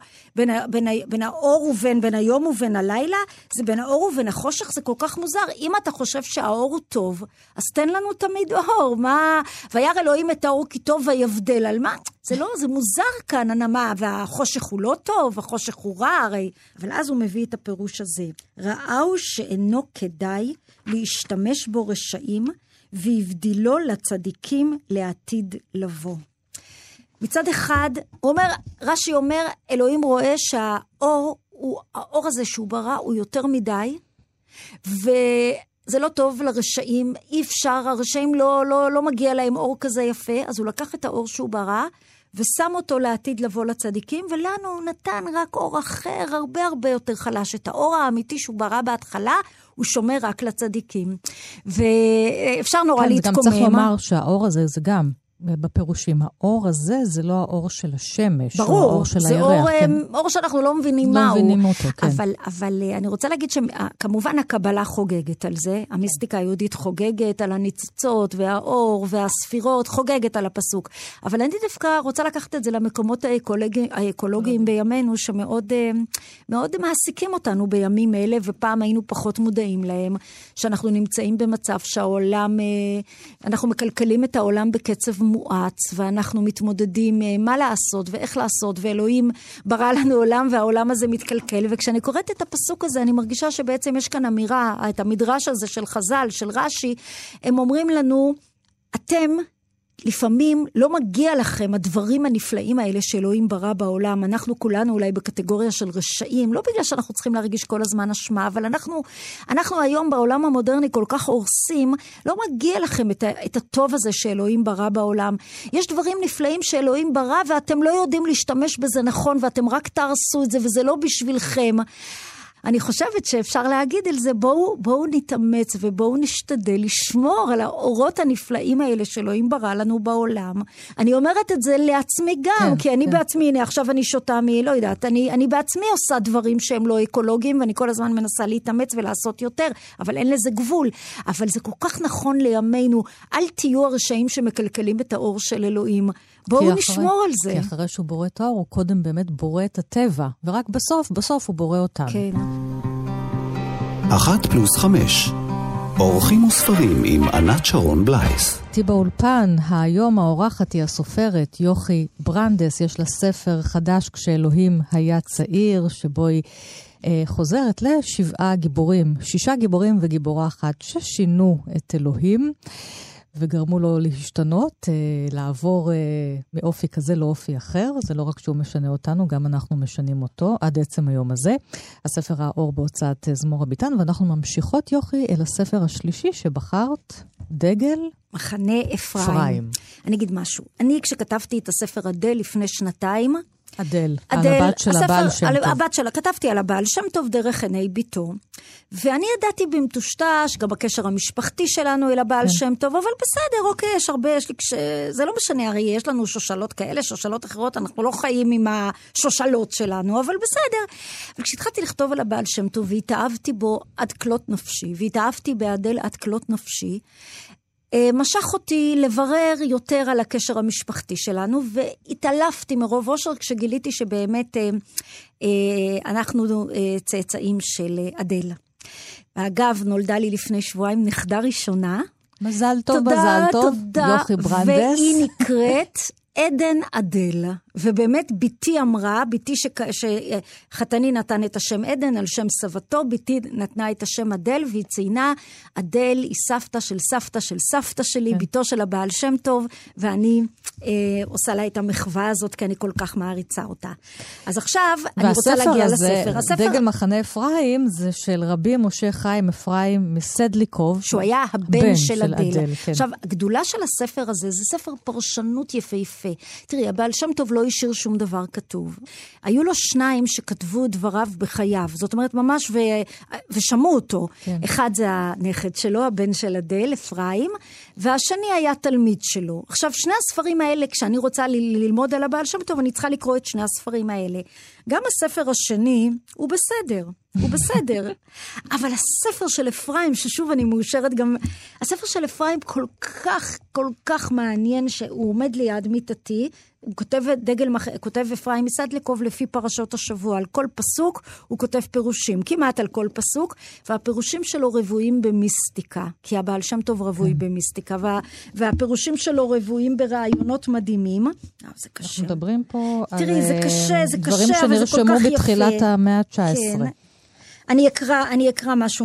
Speaker 2: בין האור ובין היום ובין הלילה, זה בין האור ובין החושך, זה כל כך מוזר. אם אתה חושב שהאור הוא טוב, אז תן לנו תמיד אור. מה? וירא אלוהים את האור כי טוב, ויבדל. על מה? זה מוזר כאן, הנמה, והחושך הוא לא טוב, החושך הוא רע הרי. אבל אז הוא מביא את הפירוש הזה. ראו שאינו כדאי להשתמש בו רשעים, והבדילו לצדיקים לעתיד לבוא. מצד אחד, רש"י אומר, אלוהים רואה שהאור הזה שהוא ברא הוא יותר מדי, וזה לא טוב לרשעים, אי אפשר, הרשעים לא מגיע להם אור כזה יפה, אז הוא לקח את האור שהוא ברא, ושם אותו לעתיד לבוא לצדיקים, ולנו הוא נתן רק אור אחר, הרבה יותר חלש. את האור האמיתי שהוא ברא בהתחלה, הוא שומר רק לצדיקים. ואפשר נורא להתקומם.
Speaker 3: גם צריך לומר שהאור הזה זה גם בפירושים. האור הזה זה לא האור של השמש,
Speaker 2: ברור,
Speaker 3: או האור של
Speaker 2: זה
Speaker 3: הירח.
Speaker 2: אור שאנחנו לא מבינים
Speaker 3: לא
Speaker 2: מהו.
Speaker 3: מבינים אותו, כן.
Speaker 2: אבל אני רוצה להגיד שכמובן הקבלה חוגגת על זה, המיסטיקה היהודית חוגגת על הניצוצות והאור והספירות, חוגגת על הפסוק. אבל אני דווקא רוצה לקחת את זה למקומות האקולוגיים בימינו, שמאוד מאוד מעסיקים אותנו בימים אלה, ופעם היינו פחות מודעים להם, שאנחנו נמצאים במצב שהעולם, אנחנו מקלקלים את העולם בקצב מואץ, ואנחנו מתמודדים מה לעשות ואיך לעשות, ואלוהים ברא לנו עולם, והעולם הזה מתקלקל. וכשאני קוראת את הפסוק הזה, אני מרגישה שבעצם יש כאן אמירה, את המדרש הזה של חז"ל, של רש"י, הם אומרים לנו, אתם לפעמים לא מגיע לכם הדברים הנפלאים האלה שאלוהים ברא בעולם. אנחנו כולנו אולי בקטגוריה של רשעים, לא בגלל שאנחנו צריכים להרגיש כל הזמן אשמה, אבל אנחנו היום בעולם המודרני כל כך הורסים, לא מגיע לכם את הטוב הזה שאלוהים ברא בעולם. יש דברים נפלאים שאלוהים ברא, ואתם לא יודעים להשתמש בזה נכון, ואתם רק תרסו את זה, וזה לא בשבילכם. אני חושבת שאפשר להגיד על זה, בואו נתאמץ ובואו נשתדל לשמור על האורות הנפלאים האלה שאלוהים ברא לנו בעולם. אני אומרת את זה לעצמי גם, כי אני בעצמי, הנה עכשיו אני שותה לא יודעת, אני בעצמי עושה דברים שהם לא אקולוגיים, ואני כל הזמן מנסה להתאמץ ולעשות יותר, אבל אין לזה גבול. אבל זה כל כך נכון לימינו, אל תהיו הרשעים שמקלקלים את האור של אלוהים. בואו נשמור על זה.
Speaker 3: כי אחרי שהוא בורא את האור, הוא קודם באמת בורא את הטבע, ורק בסוף הוא בורא אותנו.
Speaker 2: כן.
Speaker 1: 1+5 אורחים וספרים עם ענת שרון בלייס.
Speaker 3: איתי באולפן, היום האורחת היא הסופרת יוכי ברנדס, יש לה ספר חדש כשאלוהים היה צעיר, שבו היא חוזרת ל7 גיבורים, 6 גיבורים וגיבורה אחת ששינו את אלוהים. וגרמו לו להשתנות, לעבור מאופי כזה לאופי אחר. זה לא רק שהוא משנה אותנו, גם אנחנו משנים אותו עד עצם היום הזה. הספר האור בהוצאת זמור הביטן, ואנחנו ממשיכות, יוכי, אל הספר השלישי שבחרת, דגל
Speaker 2: מחנה אפרים. אני אגיד משהו. אני כשכתבתי את הספר אדל לפני 2
Speaker 3: אדל, על הבת של הבעל שם טוב.
Speaker 2: הבת שלה, כתבתי על הבעל שם טוב דרך עיני ביתו, ואני ידעתי במטושטש, גם בקשר המשפחתי שלנו אל הבעל שם טוב, אבל בסדר, אוקיי, יש הרבה, זה לא משנה, הרי יש לנו שושלות כאלה, שושלות אחרות, אנחנו לא חיים עם השושלות שלנו, אבל בסדר. וכשהתחלתי לכתוב על הבעל שם טוב, והתאהבתי בו עד כלות נפשי, והתאהבתי באדל עד כלות נפשי, משך אותי לברר יותר על הקשר המשפחתי שלנו, והתעלפתי מרוב אושר כשגיליתי שבאמת אנחנו צאצאים של אדל. אגב, נולדה לי לפני שבועיים נכדה ראשונה.
Speaker 3: מזל טוב, מזל טוב, יוכי ברנדס.
Speaker 2: והיא נקראת עדן אדל, ובאמת ביתי אמרה, ביתי שחתני נתן את השם עדן על שם סבתו, ביתי נתנה את השם אדל, והיא ציינה, אדל היא סבתא של סבתא של סבתא שלי, ביתו של הבעל שם טוב, ואני עושה לה את המחווה הזאת, כי אני כל כך מעריצה אותה. אז עכשיו אני רוצה להגיע לספר.
Speaker 3: והספר הזה, דגל מחנה אפרים, זה של רבי משה חיים אפרים מסדליקוב,
Speaker 2: שהוא היה הבן של אדל. עכשיו, הגדולה של הספר הזה, זה ספר פרשנות יפהפה. תראי, הבעל שם טוב לא השאיר שום דבר כתוב. היו לו 2 שכתבו דבריו בחייו, זאת אומרת ממש ושמעו אותו. כן. אחד זה הנכד שלו, הבן של אדל, אפרים, והשני היה תלמיד שלו. עכשיו, 2 הספרים האלה, כשאני רוצה ללמוד על הבעל שם טוב, אני צריכה לקרוא את 2 הספרים האלה. גם הספר השני הוא בסדר. הוא בסדר. אבל הספר של אפרים, ששוב אני מאושרת גם, הספר של אפרים כל כך מעניין שהוא עומד ליד מיטתי, הוא כותב אפרים מסדליקוב לפי פרשות השבוע, על כל פסוק הוא כותב פירושים, כמעט על כל פסוק, והפירושים שלו רבועים במיסטיקה, כי הבעל שם טוב רבוי במיסטיקה, והפירושים שלו רבועים ברעיונות מדהימים. זה קשה.
Speaker 3: אנחנו מדברים פה
Speaker 2: תראי, זה קשה,
Speaker 3: דברים שנרשמו בתחילת המאה ה-19. כן.
Speaker 2: אני אקרא משהו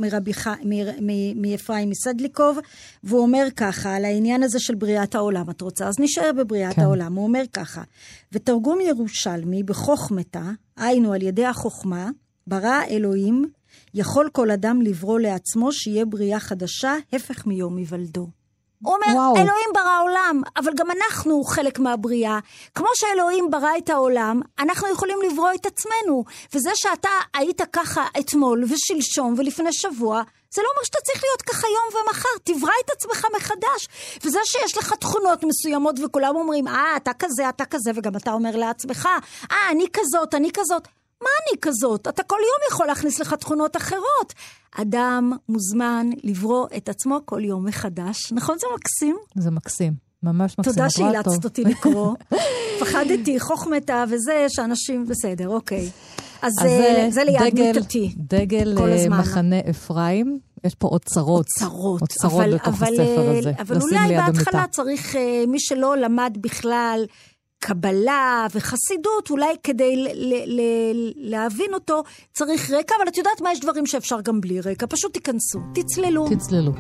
Speaker 2: מאפרים מסדליקוב, והוא אומר ככה, על העניין הזה של בריאת העולם, את רוצה? אז נשאר בבריאת העולם. הוא אומר ככה, ותרגום ירושלמי בחוכמתה, היינו על ידי החוכמה, ברא אלוהים, יכול כל אדם לברוא לעצמו שיהיה בריאה חדשה, הפך מיום היוולדו. הוא אומר, אלוהים ברא עולם, אבל גם אנחנו חלק מהבריאה. כמו שאלוהים ברא את העולם, אנחנו יכולים לברוא את עצמנו. וזה שאתה היית ככה אתמול ושלשום ולפני שבוע, זה לא אומר שאתה צריך להיות ככה יום ומחר, תברא את עצמך מחדש. וזה שיש לך תכונות מסוימות וכולם אומרים, אתה כזה, אתה כזה, וגם אתה אומר לעצמך, אני כזאת, אני כזאת. מה אני כזאת? אתה כל יום יכול להכניס לך תכונות אחרות. אדם מוזמן לברוא את עצמו כל יום מחדש. נכון, זה מקסים?
Speaker 3: זה מקסים, ממש מקסים.
Speaker 2: תודה שאילצת אותי לקרוא. פחדתי, חוכמתה וזה, שאנשים בסדר, אוקיי. אז זה ליד מיטתי.
Speaker 3: דגל מחנה אפרים, יש פה אוצרות. אוצרות בתוך הספר הזה.
Speaker 2: אבל אולי בהתחלה צריך, מי שלא למד בכלל קבלה וחסידות, אולי כדי להבין אותו צריך רקע, אבל את יודעת מה, יש דברים שאפשר גם בלי רקע, פשוט תיכנסו, תצללו.
Speaker 3: תצללו.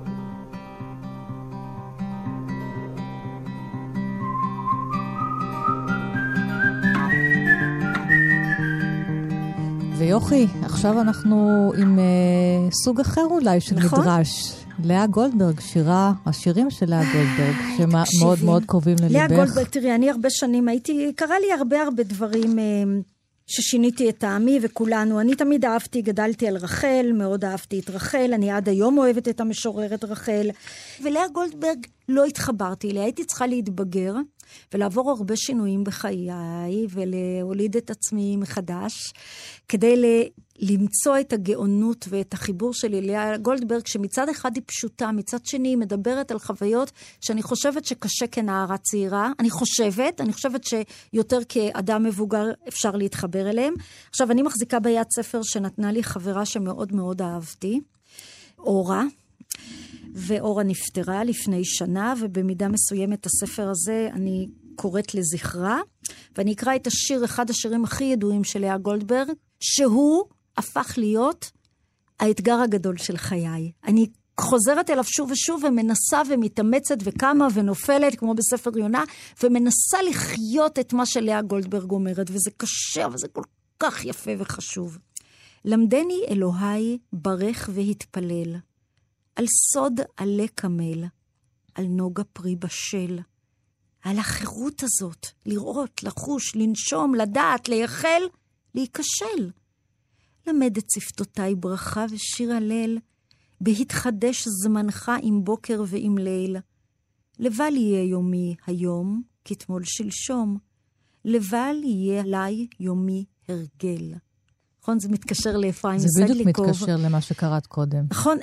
Speaker 3: ויוכי, עכשיו אנחנו עם סוג אחר אולי של מדרש. לאה גולדברג, השירים של לאה גולדברג, שמאוד מאוד קרובים לליבך.
Speaker 2: לאה גולדברג, תראי, אני הרבה שנים קרה לי הרבה דברים ששיניתי את טעמי וכולנו. אני תמיד גדלתי על רחל, מאוד אהבתי את רחל, אני עד היום אוהבת את המשוררת רחל. ולאה גולדברג לא התחברתי אליה, הייתי צריכה להתבגר ולעבור הרבה שינויים בחיי ולהוליד את עצמי מחדש, כדי למצוא את הגאונות ואת החיבור שלי לאה גולדברג, שמצד אחד היא פשוטה, מצד שני היא מדברת על חוויות שאני חושבת שקשה כנערה צעירה, אני חושבת שיותר כאדם מבוגר אפשר להתחבר אליהם. עכשיו, אני מחזיקה ביד ספר שנתנה לי חברה שמאוד מאוד אהבתי, אורה, ואורה נפטרה לפני שנה, ובמידה מסוימת הספר הזה אני קוראת לזכרה, ואני אקרא את השיר, אחד השירים הכי ידועים של לאה גולדברג, שהוא הפך להיות האתגר הגדול של חיי. אני חוזרת אליו שוב ושוב, ומנסה ומתאמצת וקמה ונופלת, כמו בספר יונה, ומנסה לחיות את מה שלאה גולדברג אומרת, וזה קשה, אבל זה כל כך יפה וחשוב. למדני אלוהי ברך והתפלל, על סוד עלה קמל, על נוגה פרי בשל, על החירות הזאת, לראות, לחוש, לנשום, לדעת, לייחל, להיכשל. למד את שפתותיי ברכה ושיר הלל, בהתחדש זמנך עם בוקר ועם ליל. לבל יהיה יומי היום, כתמול שלשום, לבל יהיה עליי יומי הרגל. נכון, זה מתקשר לאפרים סגליקוב.
Speaker 3: זה בדיוק מתקשר למה שקראת קודם.
Speaker 2: נכון,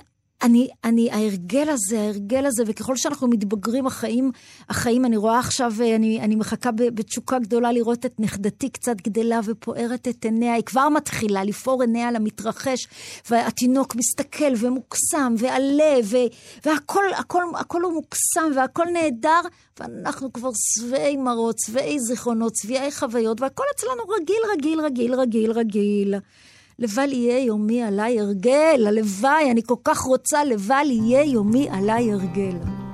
Speaker 2: ההרגל הזה, וככל שאנחנו מתבגרים החיים, אני רואה עכשיו, אני מחכה בתשוקה גדולה לראות את נכדתי קצת גדלה ופוערת את עיניה, היא כבר מתחילה לפור עיניה למתרחש, והתינוק מסתכל ומוקסם ועלה, והכל הוא מוקסם והכל נהדר, ואנחנו כבר שבעי מרות, שבעי זיכרונות, שבעי חוויות, והכל אצלנו רגיל. לבל יהיה יומי עליי הרגל, הלוואי, אני כל כך רוצה, לבל יהיה יומי עליי הרגל.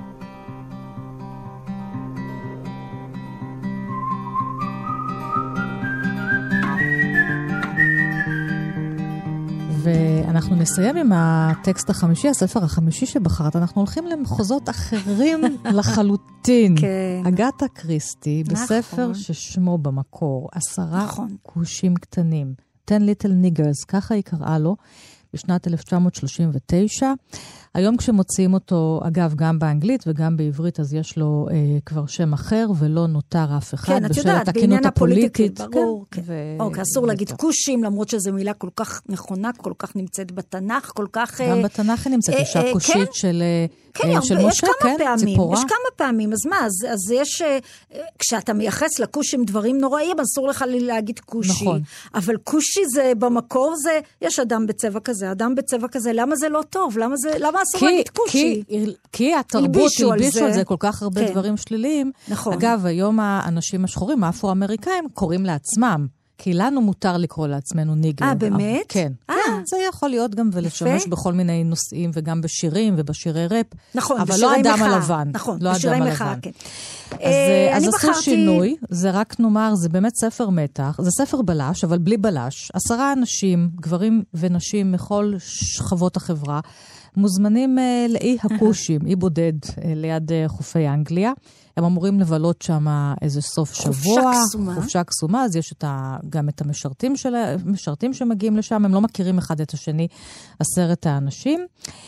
Speaker 3: ואנחנו נסיים עם הטקסט החמישי, הספר החמישי שבחרת. אנחנו הולכים למחוזות אחרים לחלוטין.
Speaker 2: כן.
Speaker 3: אגתה קריסטי, בספר ששמו במקור, 10 כושים קטנים. 10 Little Niggers, ככה היא קראה לו, בשנת 1939. היום כשמוציאים אותו, אגב, גם באנגלית וגם בעברית, אז יש לו כבר שם אחר, ולא נותר אף אחד.
Speaker 2: כן, את יודעת, בעניין הפוליטית, ברור. אוקיי, אסור להגיד כושים, למרות שזו מילה כל כך נכונה, כל כך נמצאת בתנ"ך, כל כך...
Speaker 3: גם בתנ"ך היא נמצאת, אישה כושית של משה, כן, ציפורה.
Speaker 2: יש כמה פעמים, אז מה? אז יש, כשאתה מייחס לכושים דברים נוראים, אסור לך להגיד כושי.
Speaker 3: נכון.
Speaker 2: אבל כושי זה, במקור זה, יש אדם בצבע כזה, אדם בצבע כזה, למה זה לא טוב? למה אסור להגיד כושי?
Speaker 3: כי התרבות הלבישו על זה כל כך הרבה דברים שליליים.
Speaker 2: נכון.
Speaker 3: אגב, היום האנשים השחורים, האפרו-אמריקאים, קוראים לעצמם. כי לנו מותר לקרוא לעצמנו ניגר.
Speaker 2: באמת?
Speaker 3: כן. זה יכול להיות גם ולשמש בכל מיני נושאים, וגם בשירים ובשירי רפ.
Speaker 2: נכון,
Speaker 3: אבל לא אדם הלבן.
Speaker 2: נכון,
Speaker 3: בשירי מחאה,
Speaker 2: כן.
Speaker 3: אז עשו שינוי, זה רק נאמר, זה באמת ספר מתח, זה ספר בלש, אבל בלי בלש. 10 אנשים, גברים ונשים מכל שכבות החברה, מוזמנים לאי הכושים, אי בודד ליד חופי אנגליה. הם אמורים לבלות שם איזה סוף שבוע. חופשה קסומה, אז יש גם את המשרתים שמגיעים לשם, הם לא מכירים סותרים אחד את השני, 10 האנשים.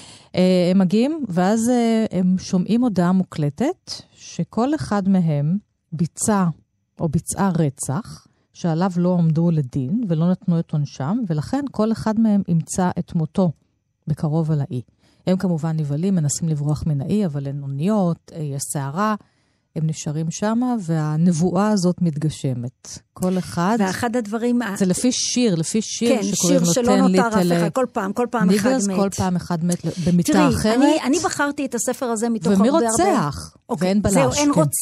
Speaker 3: הם מגיעים, ואז הם שומעים הודעה מוקלטת, שכל אחד מהם ביצע או ביצעה רצח, שעליו לא עמדו לדין ולא נתנו את עונשם, ולכן כל אחד מהם ימצא את מותו בקרוב על האי. הם כמובן נבלים, מנסים לברוח מן האי, אבל אין אוניות, יש שערה, הם נשארים שם, והנבואה הזאת מתגשמת. כל אחד...
Speaker 2: ואחד הדברים...
Speaker 3: זה לפי שיר
Speaker 2: כן, שיר שלא נותר אף אחד, כל פעם אחד מת.
Speaker 3: כל פעם אחד מת במיטה אחרת.
Speaker 2: תראי, אני בחרתי את הספר הזה מתוך
Speaker 3: ומי רוצח? ואין בלש.
Speaker 2: זהו,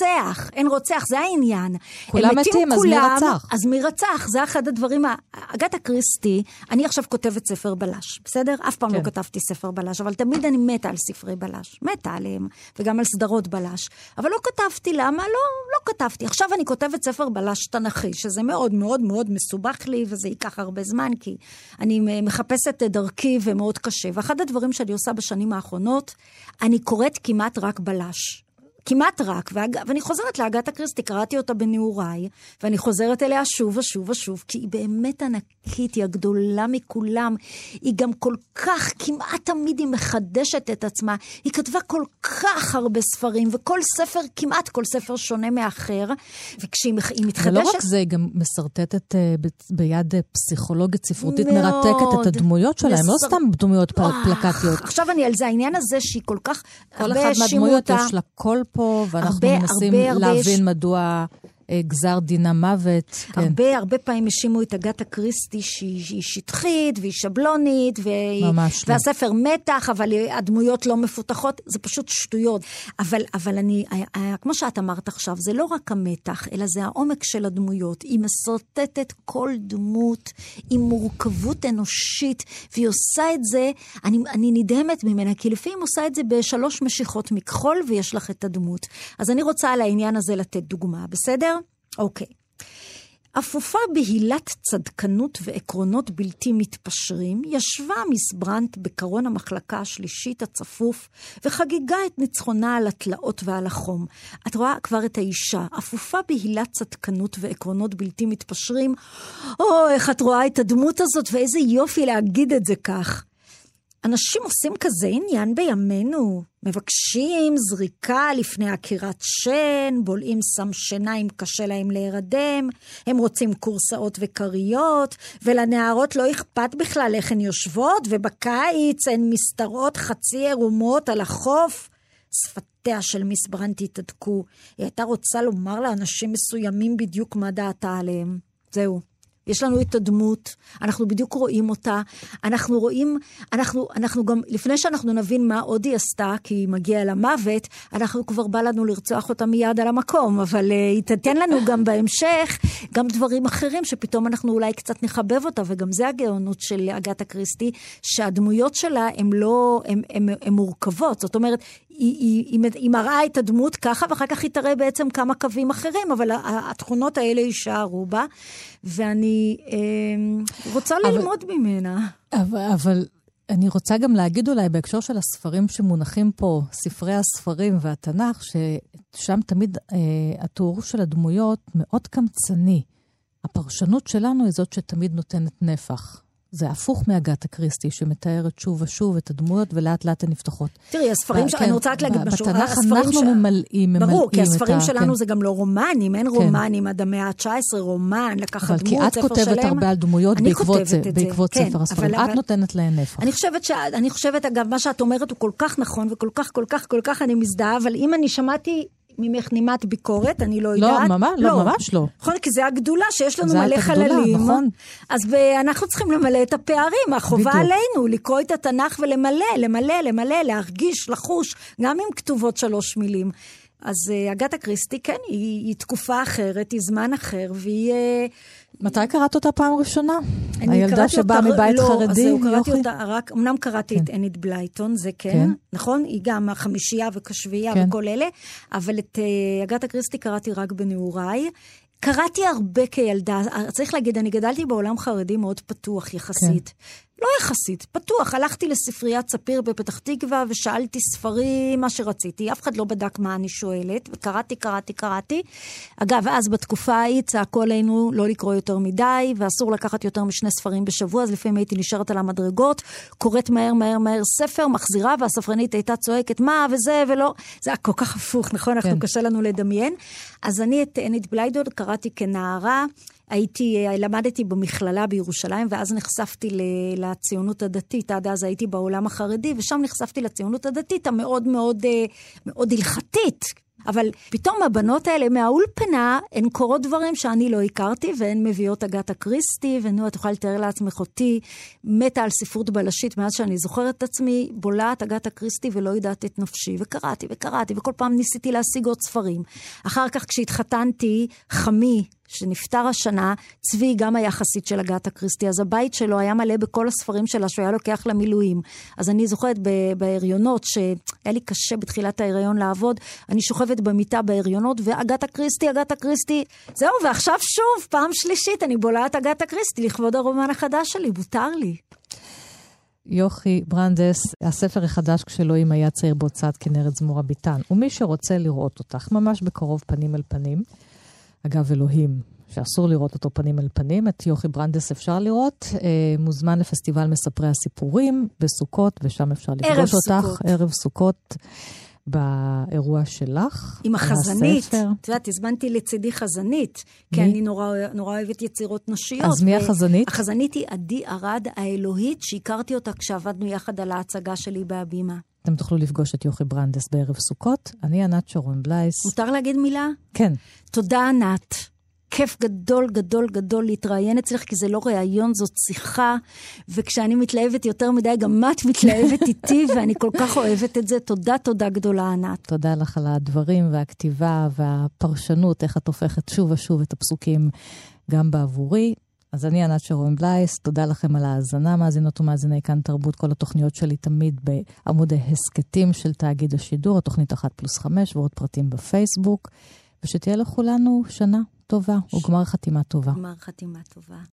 Speaker 2: אין רוצח, זה העניין.
Speaker 3: כולם מתים, אז מי רצח?
Speaker 2: אז מי רצח, זה אחד הדברים... אגתה קריסטי, אני עכשיו כותבת ספר בלש, בסדר? אף פעם לא כתבתי ספר בלש, אבל תמיד אני מתה על ספרי בלש. מתה עליהם, וגם על סדרות בלש. אבל לא כתבתי, למה? לא כתבתי. עכשיו אני כותבת ספר בלש תנכי, שזה מאוד מאוד מאוד מסובך לי, וזה ייקח הרבה זמן, כי אני מחפשת דרכי ומאוד קשה. ואחד הדברים שאני עושה בשנים האחרונות, אני קוראת כמעט רק בלש. כמעט רק, ואני חוזרת להגת הקריסטי, קראתי אותה בנעוריי, ואני חוזרת אליה שוב ושוב ושוב, כי היא באמת ענקית, היא הגדולה מכולם, היא גם כל כך, כמעט תמיד היא מחדשת את עצמה, היא כתבה כל כך הרבה ספרים, וכל ספר, כמעט כל ספר שונה מאחר, וכשהיא מתחדשת...
Speaker 3: ולא רק זה, היא גם מסרטטת ביד פסיכולוגית ספרותית מרתקת את הדמויות שלהם, לא סתם דמויות פלקטיות.
Speaker 2: עכשיו אני על זה, העניין הזה שהיא כל כך...
Speaker 3: כל אחד מהדמויות יש לה כל פה, ואנחנו מנסים להבין מדוע גזר דינה מוות.
Speaker 2: הרבה פעמים האשימו את אגתה קריסטי שהיא שטחית והיא שבלונית, והספר מתח, אבל הדמויות לא מפותחות, זה פשוט שטויות. אבל אני, כמו שאת אמרת עכשיו, זה לא רק המתח, אלא זה העומק של הדמויות. היא מסרטטת כל דמות עם מורכבות אנושית, והיא עושה את זה, אני נדהמת ממנה, כי לפעמים עושה את זה ב3 משיכות מכחול, ויש לך את הדמות. אז אני רוצה על העניין הזה לתת דוגמה, בסדר? אוקיי. אפופה בהילת צדקנות ועקרונות בלתי מתפשרים, ישבה מסברנט בקרון המחלקה השלישית הצפוף, וחגיגה את ניצחונה על התלאות ועל החום. את רואה כבר את האישה, אפופה בהילת צדקנות ועקרונות בלתי מתפשרים. איך את רואה את הדמות הזאת, ואיזה יופי להגיד את זה כך. אנשים עושים כזה עניין בימינו, מבקשים זריקה לפני עקירת שן, בולעים סם שינה אם קשה להם להירדם, הם רוצים קורסאות וקריות, ולנערות לא אכפת בכלל איך הן יושבות, ובקיץ הן מסתרות חצי ערומות על החוף. שפתיה של מיס ברנט תדקו, היא הייתה רוצה לומר לאנשים מסוימים בדיוק מה דעתה עליהם. זהו. יש לנו את הדמות, אנחנו בדיוק רואים אותה, אנחנו רואים, אנחנו גם, לפני שאנחנו נבין מה עוד היא עשתה, כי היא מגיעה אל המוות, אנחנו כבר בא לנו לרצוח אותה מיד על המקום, אבל היא תתן לנו גם בהמשך, גם דברים אחרים, שפתאום אנחנו אולי קצת נחבב אותה, וגם זה הגאונות של אגתה קריסטי, שהדמויות שלה הן מורכבות, זאת אומרת, היא מראה את הדמות ככה, ואחר כך היא תראה בעצם כמה קווים אחרים, אבל התכונות האלה יישארו בה, ואני רוצה ללמוד ממנה. אבל
Speaker 3: אני רוצה גם להגיד אולי בהקשר של הספרים שמונחים פה, ספרי הספרים והתנ"ך, ששם תמיד התיאור של הדמויות מאוד קמצני. הפרשנות שלנו היא זאת שתמיד נותנת נפח. זה הפוך מאגתה קריסטי, שמתארת שוב ושוב את הדמויות, ולאט לאט הן נפתחות.
Speaker 2: תראי, הספרים, אני רוצה רק להגיד משהו.
Speaker 3: בתנ"ך אנחנו ממלאים
Speaker 2: ברור, כי הספרים שלנו זה גם לא רומנים, אין רומנים עד המאה ה-19, רומן, לקחת דמות,
Speaker 3: אבל כי את כותבת הרבה על דמויות בעקבות ספר הספרים. את נותנת להן נפח.
Speaker 2: אני חושבת, אגב, מה שאת אומרת הוא כל כך נכון, וכל כך, כל כך, כל כך אני מזדהה, אבל אם אני שמעתי ממך נימת ביקורת, אני לא יודעת.
Speaker 3: לא, ממש לא.
Speaker 2: נכון, כי זה הגדולה שיש לנו מלא חללים.
Speaker 3: נכון.
Speaker 2: אז אנחנו צריכים למלא את הפערים. החובה עלינו לקרוא את התנ"ך ולמלא, להרגיש, לחוש, גם עם כתובות 3 מילים. אז אגתה קריסטי, כן, היא תקופה אחרת, היא זמן אחר, והיא...
Speaker 3: מתי קראת אותה פעם ראשונה? הילדה שבאה מבית חרדי?
Speaker 2: לא, קראתי אותה, אמנם קראתי את אנית בלייטון, זה כן, נכון? היא גם החמישייה וקשבייה וכל אלה, אבל את אגתה קריסטי קראתי רק בנעוריי. קראתי הרבה כילדה, צריך להגיד, אני גדלתי בעולם חרדי מאוד פתוח יחסית, לא יחסית, פתוח. הלכתי לספריית ספיר בפתח תקווה ושאלתי ספרים, מה שרציתי. אף אחד לא בדק מה אני שואלת, וקראתי. אגב, אז בתקופה ההיא צעקו עלינו לא לקרוא יותר מדי, ואסור לקחת יותר משני ספרים בשבוע, אז לפעמים הייתי נשארת על המדרגות, קוראת מהר ספר, מחזירה, והספרנית הייתה צועקת מה וזה ולא. זה היה כל כך הפוך, נכון? כן. אנחנו קשה לנו לדמיין. אז אני את אנית בליידוד קראתי כנערה, למדתי במכללה בירושלים, ואז נחשפתי לציונות הדתית. עד אז הייתי בעולם החרדי, ושם נחשפתי לציונות הדתית המאוד מאוד מאוד הלכתית. אבל פתאום הבנות האלה מהאולפנה, הן קורות דברים שאני לא הכרתי, והן מביאות אגתה קריסטי, ונו, את תוכל לתאר לעצמך אותי, מתה על ספרות בלשית, מאז שאני זוכרת את עצמי, בולעת אגתה קריסטי ולא יודעת את נפשי, וקראתי, וכל פעם ניסיתי להשיג עוד ספרים. אחר כך כשהתחתנתי, חמי, שנפטר השנה, צבי גם היה חסיד של אגתה קריסטי, אז הבית שלו היה מלא בכל הספרים שלה, שהוא היה לוקח למילואים. אז אני זוכרת בהריונות, שהיה לי קשה בתחילת ההריון לעבוד, אני שוכבת במיטה בהריונות, ואגתה קריסטי, זהו, ועכשיו שוב, פעם שלישית, אני בולעת אגתה קריסטי, לכבוד הרומן החדש שלי, מותר לי.
Speaker 3: יוכי ברנדס, הספר החדש כשאלוהים היה צעיר בהוצאת כנרת זמורה ביטן, ומי שרוצה לראות אותך, ממש בקרוב פנים אל פנים, אגב, אלוהים, שאסור לראות אותו פנים אל פנים, את יוכי ברנדס אפשר לראות, מוזמן לפסטיבל מספרי הסיפורים בסוכות, ושם אפשר לפגוש אותך, ערב סוכות, באירוע שלך.
Speaker 2: עם החזנית, את יודעת, הזמנתי לצידי חזנית, כי אני נורא אוהבת יצירות נשיות.
Speaker 3: אז מי החזנית?
Speaker 2: החזנית היא עדי ארד האלוהית, שהכרתי אותה כשעבדנו יחד על ההצגה שלי בהבימה.
Speaker 3: אתם תוכלו לפגוש את יוכי ברנדס בערב סוכות. אני ענת שרון בלייס.
Speaker 2: מותר להגיד מילה?
Speaker 3: כן.
Speaker 2: תודה ענת. כיף גדול להתראיין אצלך, כי זה לא ראיון, זאת שיחה, וכשאני מתלהבת יותר מדי, גם את מתלהבת איתי, ואני כל כך אוהבת את זה. תודה גדולה ענת.
Speaker 3: תודה לך על הדברים והכתיבה והפרשנות, איך את הופכת שוב ושוב את הפסוקים גם בעבורי. אז אני ענת שרון בלייס, תודה לכם על ההאזנה, מאזינות ומאזיני כאן תרבות, כל התוכניות שלי תמיד בעמודי הסקטים של תאגיד השידור, התוכנית 1+5 ועוד פרטים בפייסבוק, ושתהיה לכולנו שנה טובה, וגמר חתימה טובה.
Speaker 2: גמר חתימה טובה.